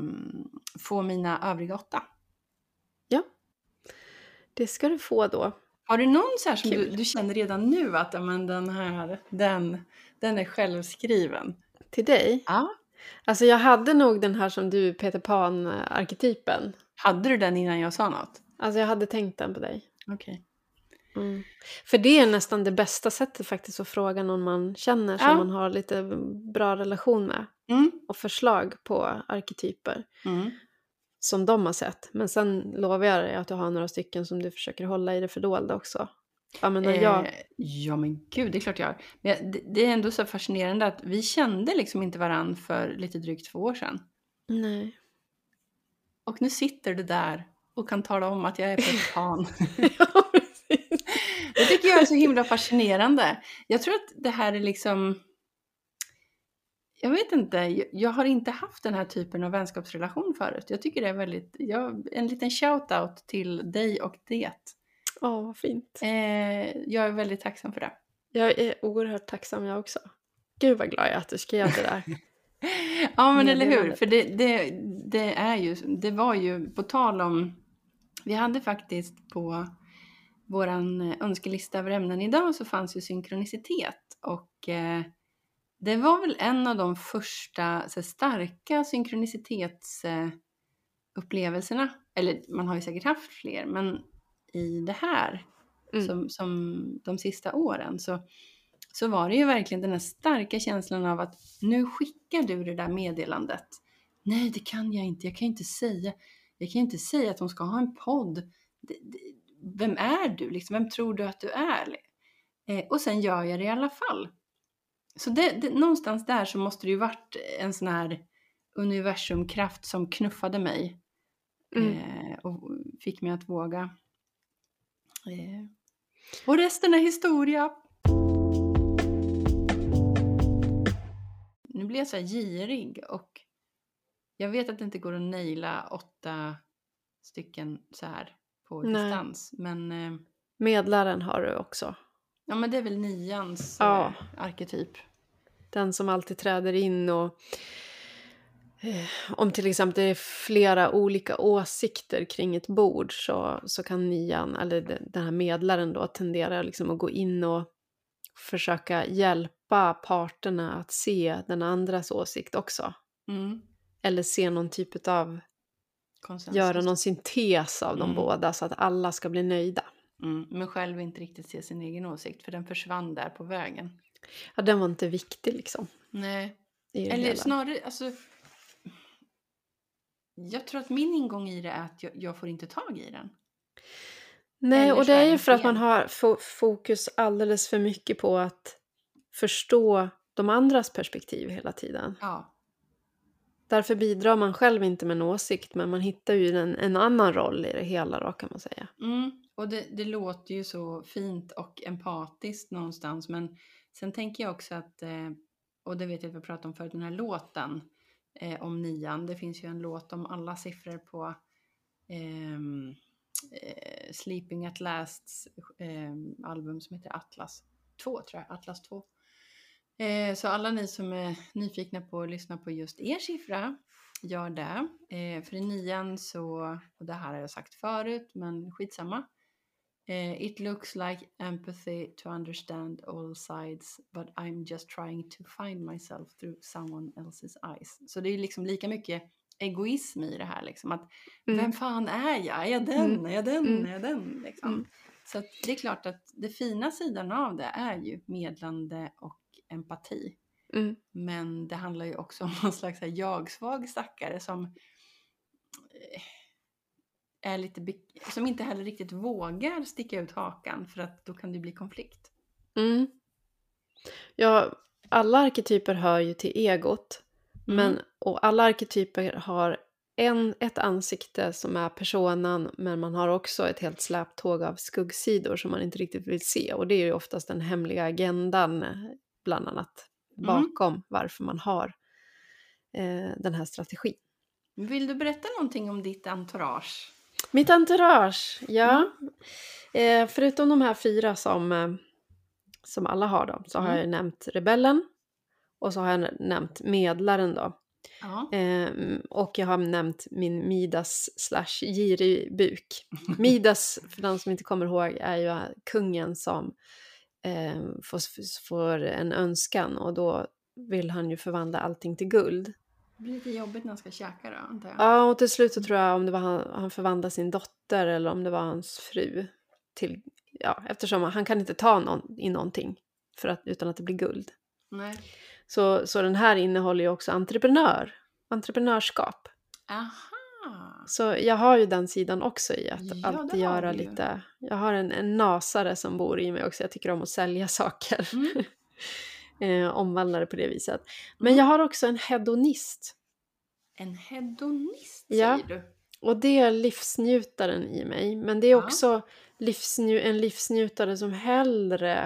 få mina övriga 8. Ja, det ska du få då. Har du någon så här som du känner redan nu att men den är självskriven? Till dig? Ja. Alltså jag hade nog den här som du, Peter Pan-arketypen. Hade du den innan jag sa något? Alltså jag hade tänkt den på dig. Okej. För det är nästan det bästa sättet faktiskt att fråga någon man känner som man har lite bra relation med. Och förslag på arketyper som de har sett. Men sen lovar jag dig att du har några stycken som du försöker hålla i det fördolda också. Ja men gud, det är klart jag har. Men det är ändå så fascinerande att vi kände liksom inte varann för lite drygt 2 år sedan. Nej. Och nu sitter du där och kan tala om att jag är Peter Pan. Ja, precis. Det tycker jag är så himla fascinerande. Jag tror att det här är liksom, jag vet inte, jag har inte haft den här typen av vänskapsrelation förut. Jag tycker det är väldigt, en liten shoutout till dig och det. Vad fint. Jag är väldigt tacksam för det. Jag är oerhört tacksam jag också. Gud vad glad jag är att du skrev det där. Ja men eller hur, för det var ju på tal om, vi hade faktiskt på våran önskelista över ämnen idag så fanns ju synkronicitet. Och det var väl en av de första så starka synkronitetsupplevelserna. Eller man har ju säkert haft fler, men i det här som de sista åren så var det ju verkligen den här starka känslan av att nu skickar du det där meddelandet. Nej, det kan jag inte. Jag kan inte säga att de ska ha en podd. Vem är du? Liksom, vem tror du att du är? Och sen gör jag det i alla fall. Så någonstans där så måste det ju varit en sån här universumkraft som knuffade mig. Och fick mig att våga. Och resten är historia. Nu blir jag så här girig och jag vet att det inte går att naila 8 stycken så här på distans. Men medlaren har du också. Ja, men det är väl 9:ans arketyp. Den som alltid träder in och om till exempel det är flera olika åsikter kring ett bord så kan 9:an, eller den här medlaren då, tendera liksom att gå in och försöka hjälpa parterna att se den andras åsikt också. Eller se någon typ av konsensus. Göra någon syntes av de båda så att alla ska bli nöjda. Men själv inte riktigt se sin egen åsikt, för den försvann där på vägen. Ja, den var inte viktig liksom. Nej. Eller snarare, alltså, jag tror att min ingång i det är att jag får inte tag i den. Nej, eller och det är ju för att man har fokus alldeles för mycket på att förstå de andras perspektiv hela tiden. Ja. Därför bidrar man själv inte med en åsikt, men man hittar ju en annan roll i det hela då, kan man säga. Och det låter ju så fint och empatiskt någonstans, men sen tänker jag också att, och det vet jag att vi pratade om förut, den här låten om 9:an, det finns ju en låt om alla siffror på Sleeping at Lasts album som heter Atlas 2, tror jag, Atlas 2. Så alla ni som är nyfikna på att lyssna på just er siffra, gör det. För i 9:an så, och det här har jag sagt förut, men skitsamma. It looks like empathy to understand all sides, but I'm just trying to find myself through someone else's eyes. Så det är liksom lika mycket egoism i det här, liksom, att vem fan är jag? Är jag den? Är jag den? Är jag den? Liksom. Så att det är klart att det fina sidan av det är ju medlande och empati. Men det handlar ju också om någon slags här jag-svag stackare som är lite som inte heller riktigt vågar sticka ut hakan, för att då kan det bli konflikt. Ja, alla arketyper hör ju till egot. Och alla arketyper har ett ansikte som är personan, men man har också ett helt släptåg av skuggsidor som man inte riktigt vill se. Och det är ju oftast den hemliga agendan bland annat bakom varför man har den här strategin. Vill du berätta någonting om ditt entourage? Mitt entourage, ja. Förutom de här 4 som alla har då, så har jag nämnt rebellen. Och så har jag nämnt medlaren då. Och jag har nämnt min Midas/girig buk. Midas, för den som inte kommer ihåg, är ju kungen som får en önskan. Och då vill han ju förvandla allting till guld. Det blir lite jobbigt när han ska käka då, antar jag. Ja, och till slut så tror jag om det var han förvandlade sin dotter eller om det var hans fru till, eftersom han kan inte ta i någonting utan att det blir guld. Nej. Så den här innehåller ju också entreprenörskap. Aha. Så jag har ju den sidan också i att alltid göra lite. Jag har en nasare som bor i mig också. Jag tycker om att sälja saker. Omvandla det på det viset. Men jag har också en hedonist. En hedonist, säger du? Och det är livsnjutaren i mig. Men det är också en livsnjutare som hellre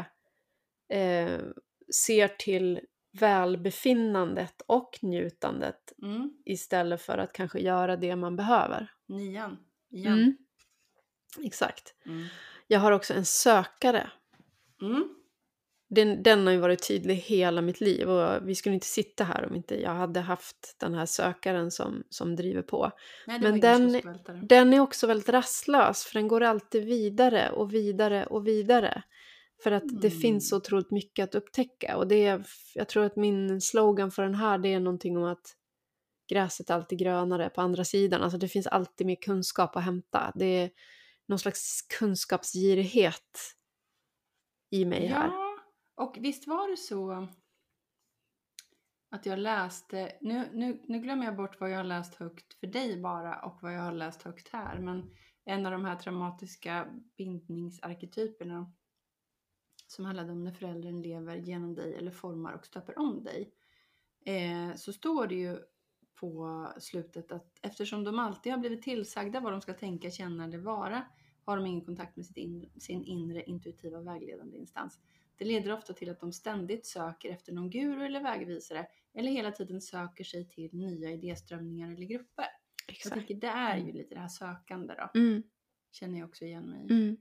ser till välbefinnandet och njutandet istället för att kanske göra det man behöver. 9:an igen. Exakt. Jag har också en sökare. Den har ju varit tydlig hela mitt liv och vi skulle inte sitta här om inte jag hade haft den här sökaren som driver på. Nej, det var Men ingen kioskvältare. den är också väldigt rastlös för den går alltid vidare och vidare och vidare. För att det finns så otroligt mycket att upptäcka. Och jag tror att min slogan för den här, det är någonting om att gräset är alltid grönare på andra sidan. Alltså det finns alltid mer kunskap att hämta. Det är någon slags kunskapsgirighet i mig här. Ja, och visst var det så att jag läste, nu glömmer jag bort vad jag har läst högt för dig bara och vad jag har läst högt här, men en av de här traumatiska bindningsarketyperna som handlade om när föräldern lever genom dig eller formar och stöper om dig, så står det ju på slutet att eftersom de alltid har blivit tillsagda vad de ska tänka, känna eller vara, har de ingen kontakt med sin inre intuitiva vägledande instans. Det leder ofta till att de ständigt söker efter någon guru eller vägvisare eller hela tiden söker sig till nya idéströmningar eller grupper. Exakt. Jag tänker det är ju lite det här sökande då. Känner jag också igen mig i.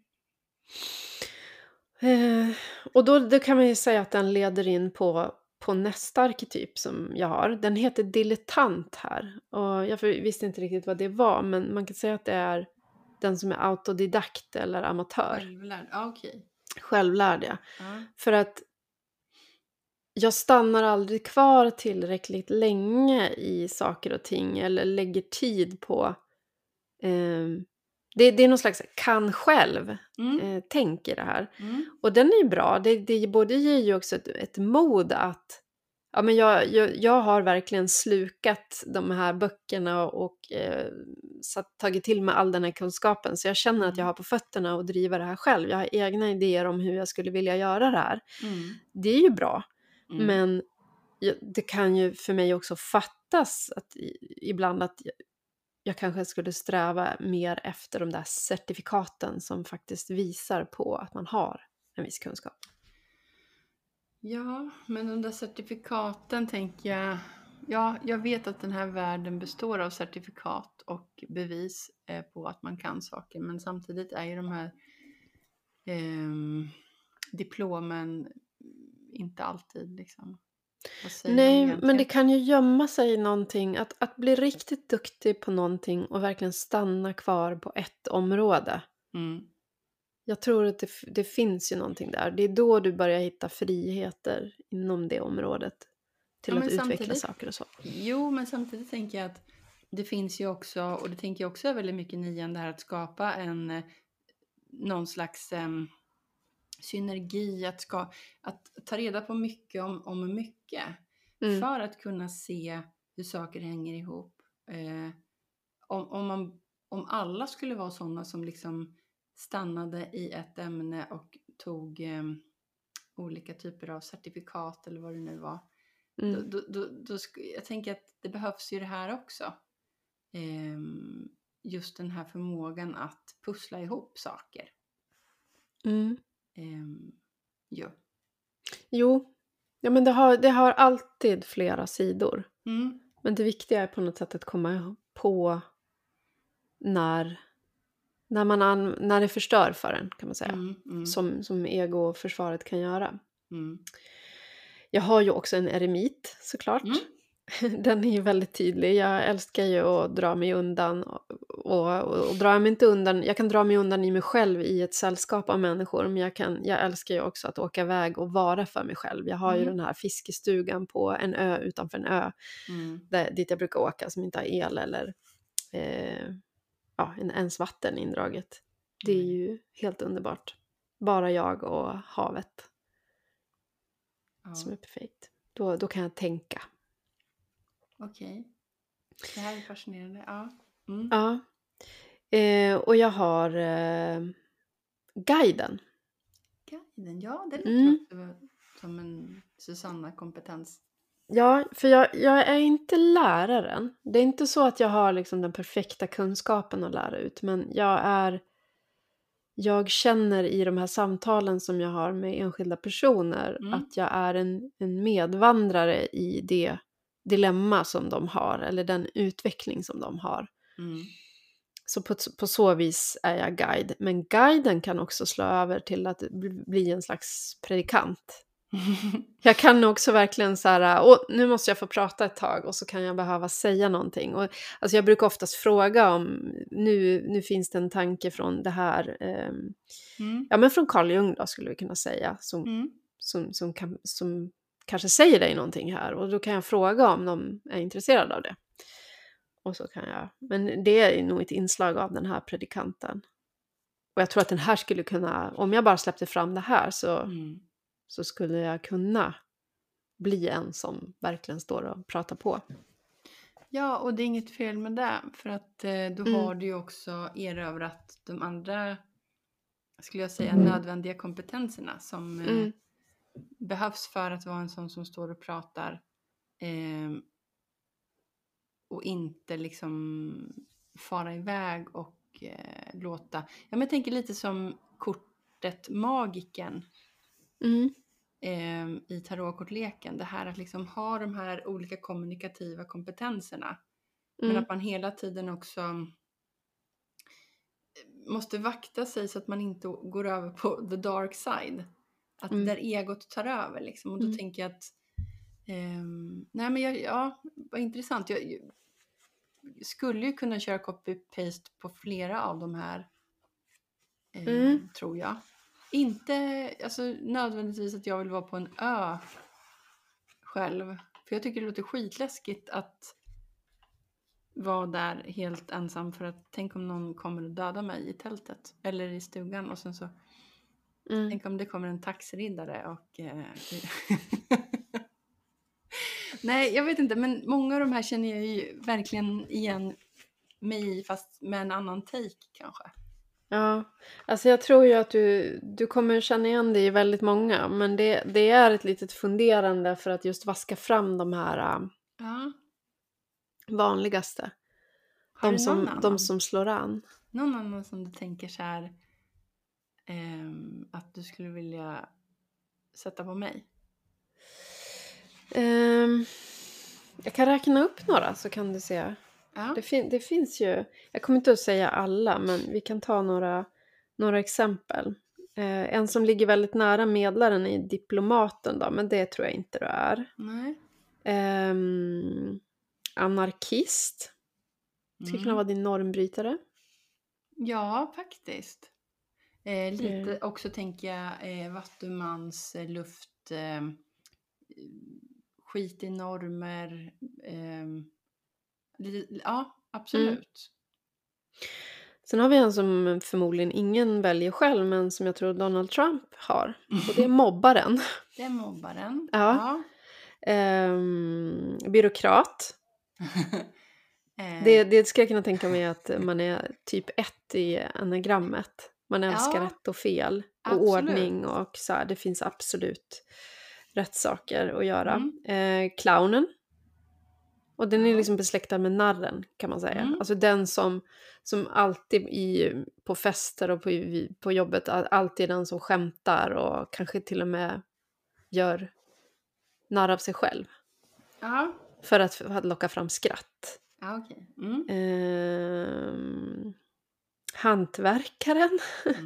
Och då kan man ju säga att den leder in på nästa arketyp som jag har. Den heter dilettant här. Och jag visste inte riktigt vad det var, men man kan säga att det är den som är autodidakt eller amatör. Självlärd, okej. Självlärd, ja. Ja. För att jag stannar aldrig kvar tillräckligt länge i saker och ting eller lägger tid på... Det är någon slags kan själv tänk i det här. Och den är ju bra. Det både ger ju också ett mod att ja, men jag har verkligen slukat de här böckerna och tagit till mig all den här kunskapen. Så jag känner att jag har på fötterna och driva det här själv. Jag har egna idéer om hur jag skulle vilja göra det här. Det är ju bra. Men det kan ju för mig också fattas att ibland att jag kanske skulle sträva mer efter de där certifikaten som faktiskt visar på att man har en viss kunskap. Ja, men de där certifikaten tänker jag... Ja, jag vet att den här världen består av certifikat och bevis på att man kan saker. Men samtidigt är ju de här diplomen inte alltid liksom... Nej, men det kan ju gömma sig i någonting. Att bli riktigt duktig på någonting och verkligen stanna kvar på ett område. Jag tror att det finns ju någonting där. Det är då du börjar hitta friheter inom det området. Till att utveckla saker och så. Jo, men samtidigt tänker jag att det finns ju också, och det tänker jag också är väldigt mycket nian, det här att skapa någon slags synergi, att ta reda på mycket om mycket. För att kunna se hur saker hänger ihop. Om alla skulle vara sådana som liksom stannade i ett ämne och tog olika typer av certifikat eller vad det nu var. Jag tänker att det behövs ju det här också. Just den här förmågan att pussla ihop saker. Ja. Jo. Ja, men det har alltid flera sidor. Men det viktiga är på något sätt att komma på när det förstör för en, kan man säga. Som egoförsvaret kan göra. Jag har ju också en eremit, såklart. Den är ju väldigt tydlig. Jag älskar ju att dra mig undan. Och drar jag mig inte undan... Jag kan dra mig undan i mig själv i ett sällskap av människor. Men jag älskar ju också att åka iväg och vara för mig själv. Jag har ju den här fiskestugan på en ö utanför en ö. Dit jag brukar åka som inte har el eller ens vatten indraget. Det är ju helt underbart. Bara jag och havet. Som är perfekt. Då kan jag tänka. Okej. Det här är fascinerande. Ja. Ja. Och jag har guiden. Guiden, ja. Det låter också som en Susanna-kompetens. Ja, för jag är inte läraren. Det är inte så att jag har liksom den perfekta kunskapen att lära ut. Men jag känner i de här samtalen som jag har med enskilda personer att jag är en medvandrare i det dilemma som de har eller den utveckling som de har. Så på så vis är jag guide. Men guiden kan också slå över till att bli en slags predikant. Jag kan också verkligen så här, och nu måste jag få prata ett tag och så kan jag behöva säga någonting. Och, alltså jag brukar oftast fråga om, nu finns det en tanke från det här, ja men från Carl Jung då skulle vi kunna säga, som kanske säger dig någonting här. Och då kan jag fråga om de är intresserade av det. Och så kan jag, men det är nog ett inslag av den här predikanten. Och jag tror att den här skulle kunna, om jag bara släppte fram det här så skulle jag kunna bli en som verkligen står och pratar på. Ja, och det är inget fel med det. För att då har du ju också erövrat de andra, skulle jag säga, nödvändiga kompetenserna som behövs för att vara en sån som står och pratar. Och inte liksom fara iväg och låta... Ja, men jag tänker lite som kortet Magiken. I tarotkortleken. Det här att liksom ha de här olika kommunikativa kompetenserna. Men att man hela tiden också måste vakta sig så att man inte går över på the dark side. Att där egot tar över liksom. Och då tänker jag att nej men vad intressant. Jag skulle ju kunna köra copy-paste på flera av de här tror jag. Inte alltså, nödvändigtvis att jag vill vara på en ö själv. För jag tycker det låter skitläskigt att vara där helt ensam. För att tänk om någon kommer att döda mig i tältet. Eller i stugan. Och sen så tänk om det kommer en taxriddare och... Nej, jag vet inte. Men många av de här känner jag ju verkligen igen mig i, fast med en annan take kanske. Ja, alltså jag tror ju att du kommer känna igen det i väldigt många. Men det är ett litet funderande för att just vaska fram de här vanligaste. De som slår an. Någon annan som du tänker så här att du skulle vilja sätta på mig? Jag kan räkna upp några så kan du se. Ja. Det finns ju, jag kommer inte att säga alla, men vi kan ta några exempel. En som ligger väldigt nära medlaren är diplomaten då, men det tror jag inte du är. Nej. Anarkist. Skulle kunna vara din normbrytare. Ja, faktiskt. Lite också tänker jag vattumans luft, skit i normer. Ja, absolut. Sen har vi en som förmodligen ingen väljer själv, men som jag tror Donald Trump har. Och det är mobbaren. Det är mobbaren. Ja. Byråkrat. Det ska jag kunna tänka mig att man är typ 1 i enagrammet. Man älskar rätt och fel och absolut. Ordning och så här. Det finns absolut rätt saker att göra. Clownen. Och den är liksom besläktad med narren kan man säga. Alltså den som alltid på fester och på jobbet alltid är den som skämtar och kanske till och med gör narr av sig själv. Ja. För att locka fram skratt. Ja, okej. Hantverkaren.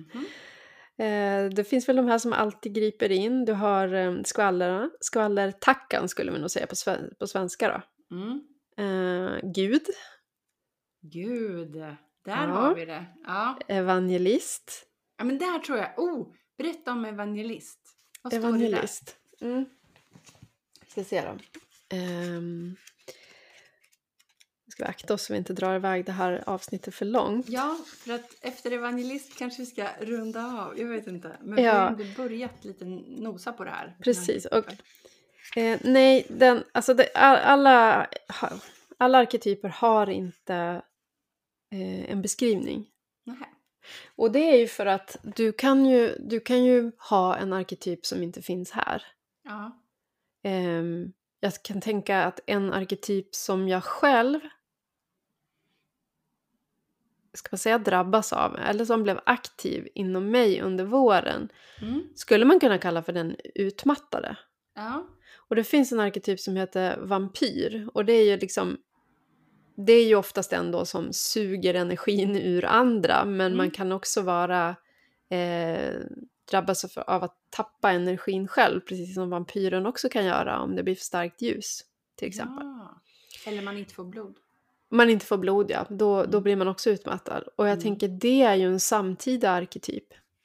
Det finns väl de här som alltid griper in. Du har skvallertackan skulle vi nog säga på svenska då. Gud. Där har vi det. Ja. Evangelist. Ja, men där tror jag. Berätta om evangelist. Vad står Evangelist. det där? Ska se då. Ska vi akta oss så vi inte drar iväg det här avsnittet för långt. Ja, för att efter evangelist kanske vi ska runda av. Jag vet inte. Men vi har ändå börjat lite nosa på det här. Precis. Och, nej, alla arketyper har inte en beskrivning. Nej. Och det är ju för att du kan ju ha en arketyp som inte finns här. Ja. Jag kan tänka att en arketyp som jag själv ska man säga drabbas av, eller som blev aktiv inom mig under våren, skulle man kunna kalla för den utmattade. Ja. Och det finns en arketyp som heter vampyr, och det är ju liksom, det är ju oftast ändå som suger energin ur andra, men man kan också vara drabbas av att tappa energin själv, precis som vampyren också kan göra om det blir för starkt ljus, till exempel. Ja. Eller man inte får blod. Om man inte får blod, ja, då blir man också utmattad. Och jag tänker, det är ju en samtida arketyp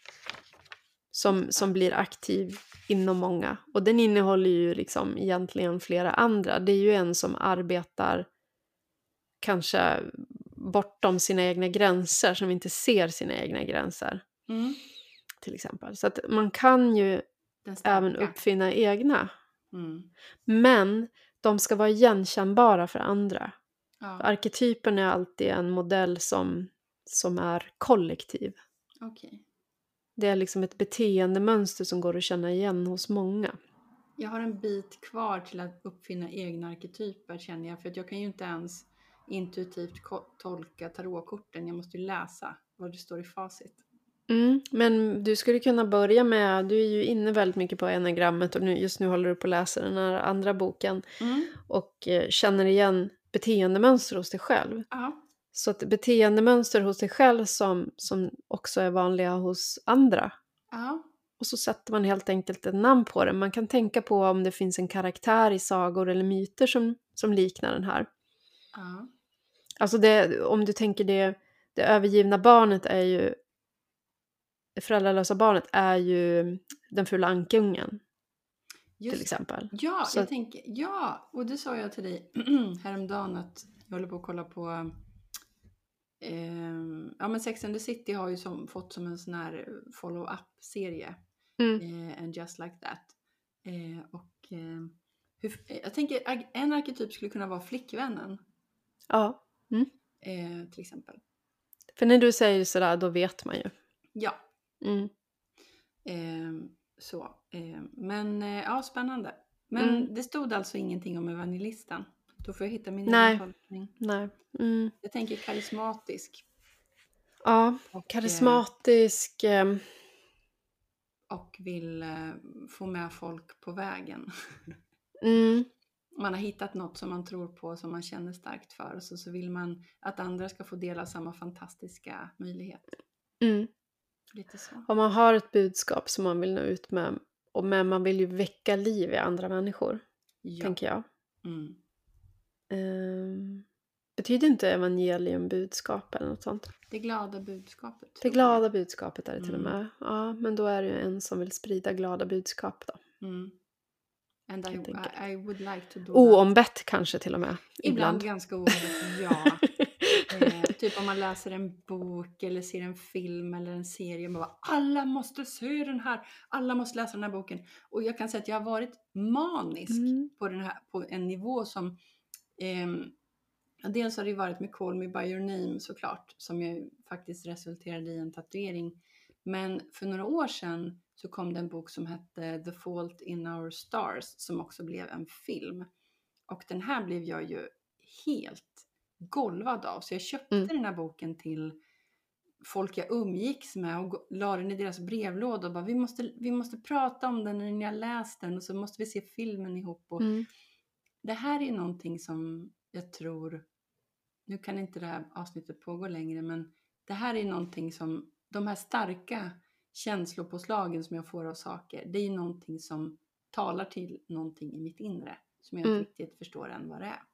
som blir aktiv inom många. Och den innehåller ju liksom egentligen flera andra. Det är ju en som arbetar kanske bortom sina egna gränser, som inte ser sina egna gränser, till exempel. Så att man kan ju även uppfinna egna. Men de ska vara igenkännbara för andra. Ja. För arketypen är alltid en modell som är kollektiv. Okej. Det är liksom ett beteendemönster som går att känna igen hos många. Jag har en bit kvar till att uppfinna egna arketyper, känner jag. För att jag kan ju inte ens intuitivt tolka tarotkorten. Jag måste ju läsa vad det står i facit. Men du skulle kunna börja med, du är ju inne väldigt mycket på enagrammet och just nu håller du på att läsa den här andra boken och känner igen beteendemönster hos dig själv. Ja. Så att beteendemönster hos dig själv som också är vanliga hos andra. Ja. Och så sätter man helt enkelt ett namn på det. Man kan tänka på om det finns en karaktär i sagor eller myter som liknar den här. Ja. Alltså om du tänker det övergivna barnet är ju, det föräldralösa barnet är ju den fula ankungen. Till exempel. Ja, så och det sa jag till dig häromdagen att jag håller på att kolla på men Sex and the City har ju fått som en sån här follow-up-serie. And Just Like That. Jag tänker en arketyp skulle kunna vara flickvännen. Ja. Till exempel. För när du säger sådär, då vet man ju. Ja. Men ja, spännande. Men det stod alltså ingenting om evangelistan. Då får jag hitta min egen tolkning. Nej. Jag tänker karismatisk. Ja, karismatisk. Och vill få med folk på vägen. Man har hittat något som man tror på, som man känner starkt för. Och så vill man att andra ska få dela samma fantastiska möjlighet. Lite så. Om man har ett budskap som man vill nå ut med. Men man vill ju väcka liv i andra människor. Tänker jag. Betyder inte evangelium budskap eller något sånt? Det glada budskapet. Det glada budskapet är det till och med. Ja, men då är det ju en som vill sprida glada budskap då. And I would like to do oombett kanske till och med. Ibland ganska oombett, ja. Typ om man läser en bok eller ser en film eller en serie. Man bara, alla måste se den här. Alla måste läsa den här boken. Och jag kan säga att jag har varit manisk på en nivå som... dels har det varit med Call Me By Your Name såklart. Som ju faktiskt resulterade i en tatuering. Men för några år sedan så kom det en bok som hette The Fault in Our Stars. Som också blev en film. Och den här blev jag ju helt golvad av. Så jag köpte den här boken till folk jag umgicks med. Och la den i deras brevlåda. Och bara, vi måste prata om den när ni har läst den. Och så måste vi se filmen ihop. Och det här är någonting som jag tror... Nu kan inte det här avsnittet pågå längre. Men det här är någonting som... De här starka känslopåslagen som jag får av saker. Det är någonting som talar till någonting i mitt inre. Som jag inte riktigt förstår än vad det är.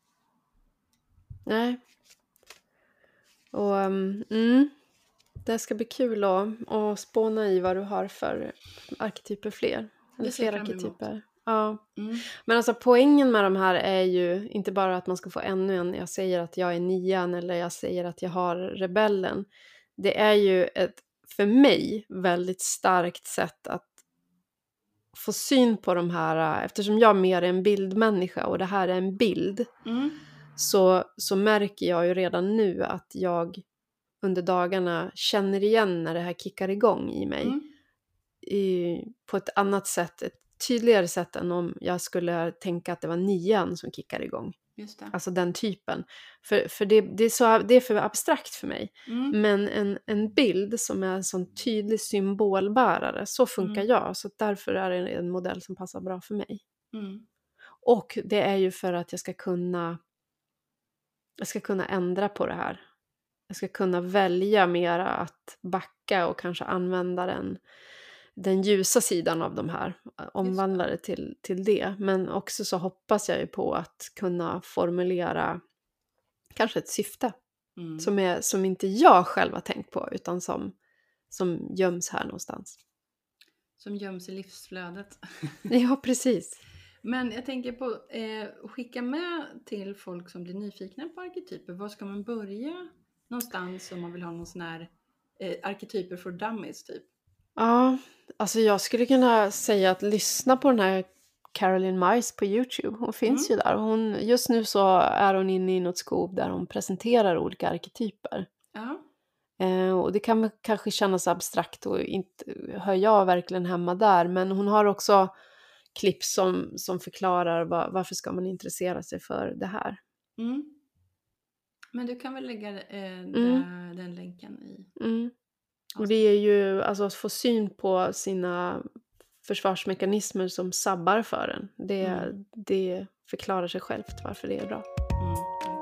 Nej. Och det ska bli kul att spåna i vad du har för arketyper fler. Eller fler arketyper. Ja. Men alltså poängen med de här är ju inte bara att man ska få ännu en. Jag säger att jag är nian eller jag säger att jag har rebellen. Det är ju ett, för mig, väldigt starkt sätt att få syn på de här. Eftersom jag mer är en bildmänniska och det här är en bild. Så märker jag ju redan nu att jag under dagarna känner igen när det här kickar igång i mig. På ett annat sätt, ett tydligare sätt än om jag skulle tänka att det var nian som kickar igång. Just det. Alltså den typen. För det är för abstrakt för mig. Men en bild som är en sån tydlig symbolbärare, så funkar jag. Så därför är det en modell som passar bra för mig. Och det är ju för att jag ska kunna ändra på det här. Jag ska kunna välja mera att backa och kanske använda den den ljusa sidan av de här, omvandla det till det. Men också så hoppas jag ju på att kunna formulera kanske ett syfte som inte jag själv har tänkt på, utan som göms här någonstans. Som göms i livsflödet. Ja, precis. Men jag tänker på skicka med till folk som blir nyfikna på arketyper. Var ska man börja någonstans om man vill ha någon sån här arketyper för dummies typ? Ja, alltså jag skulle kunna säga att lyssna på den här Caroline Myers på YouTube. Hon finns ju där. Just nu så är hon inne i något skov där hon presenterar olika arketyper. Ja. Och det kan kanske kännas abstrakt och inte hör jag verkligen hemma där. Men hon har också klipp som förklarar varför ska man intressera sig för det här. Men du kan väl lägga den länken i... Och det är ju alltså att få syn på sina försvarsmekanismer som sabbar för en. Det förklarar sig självt varför det är bra.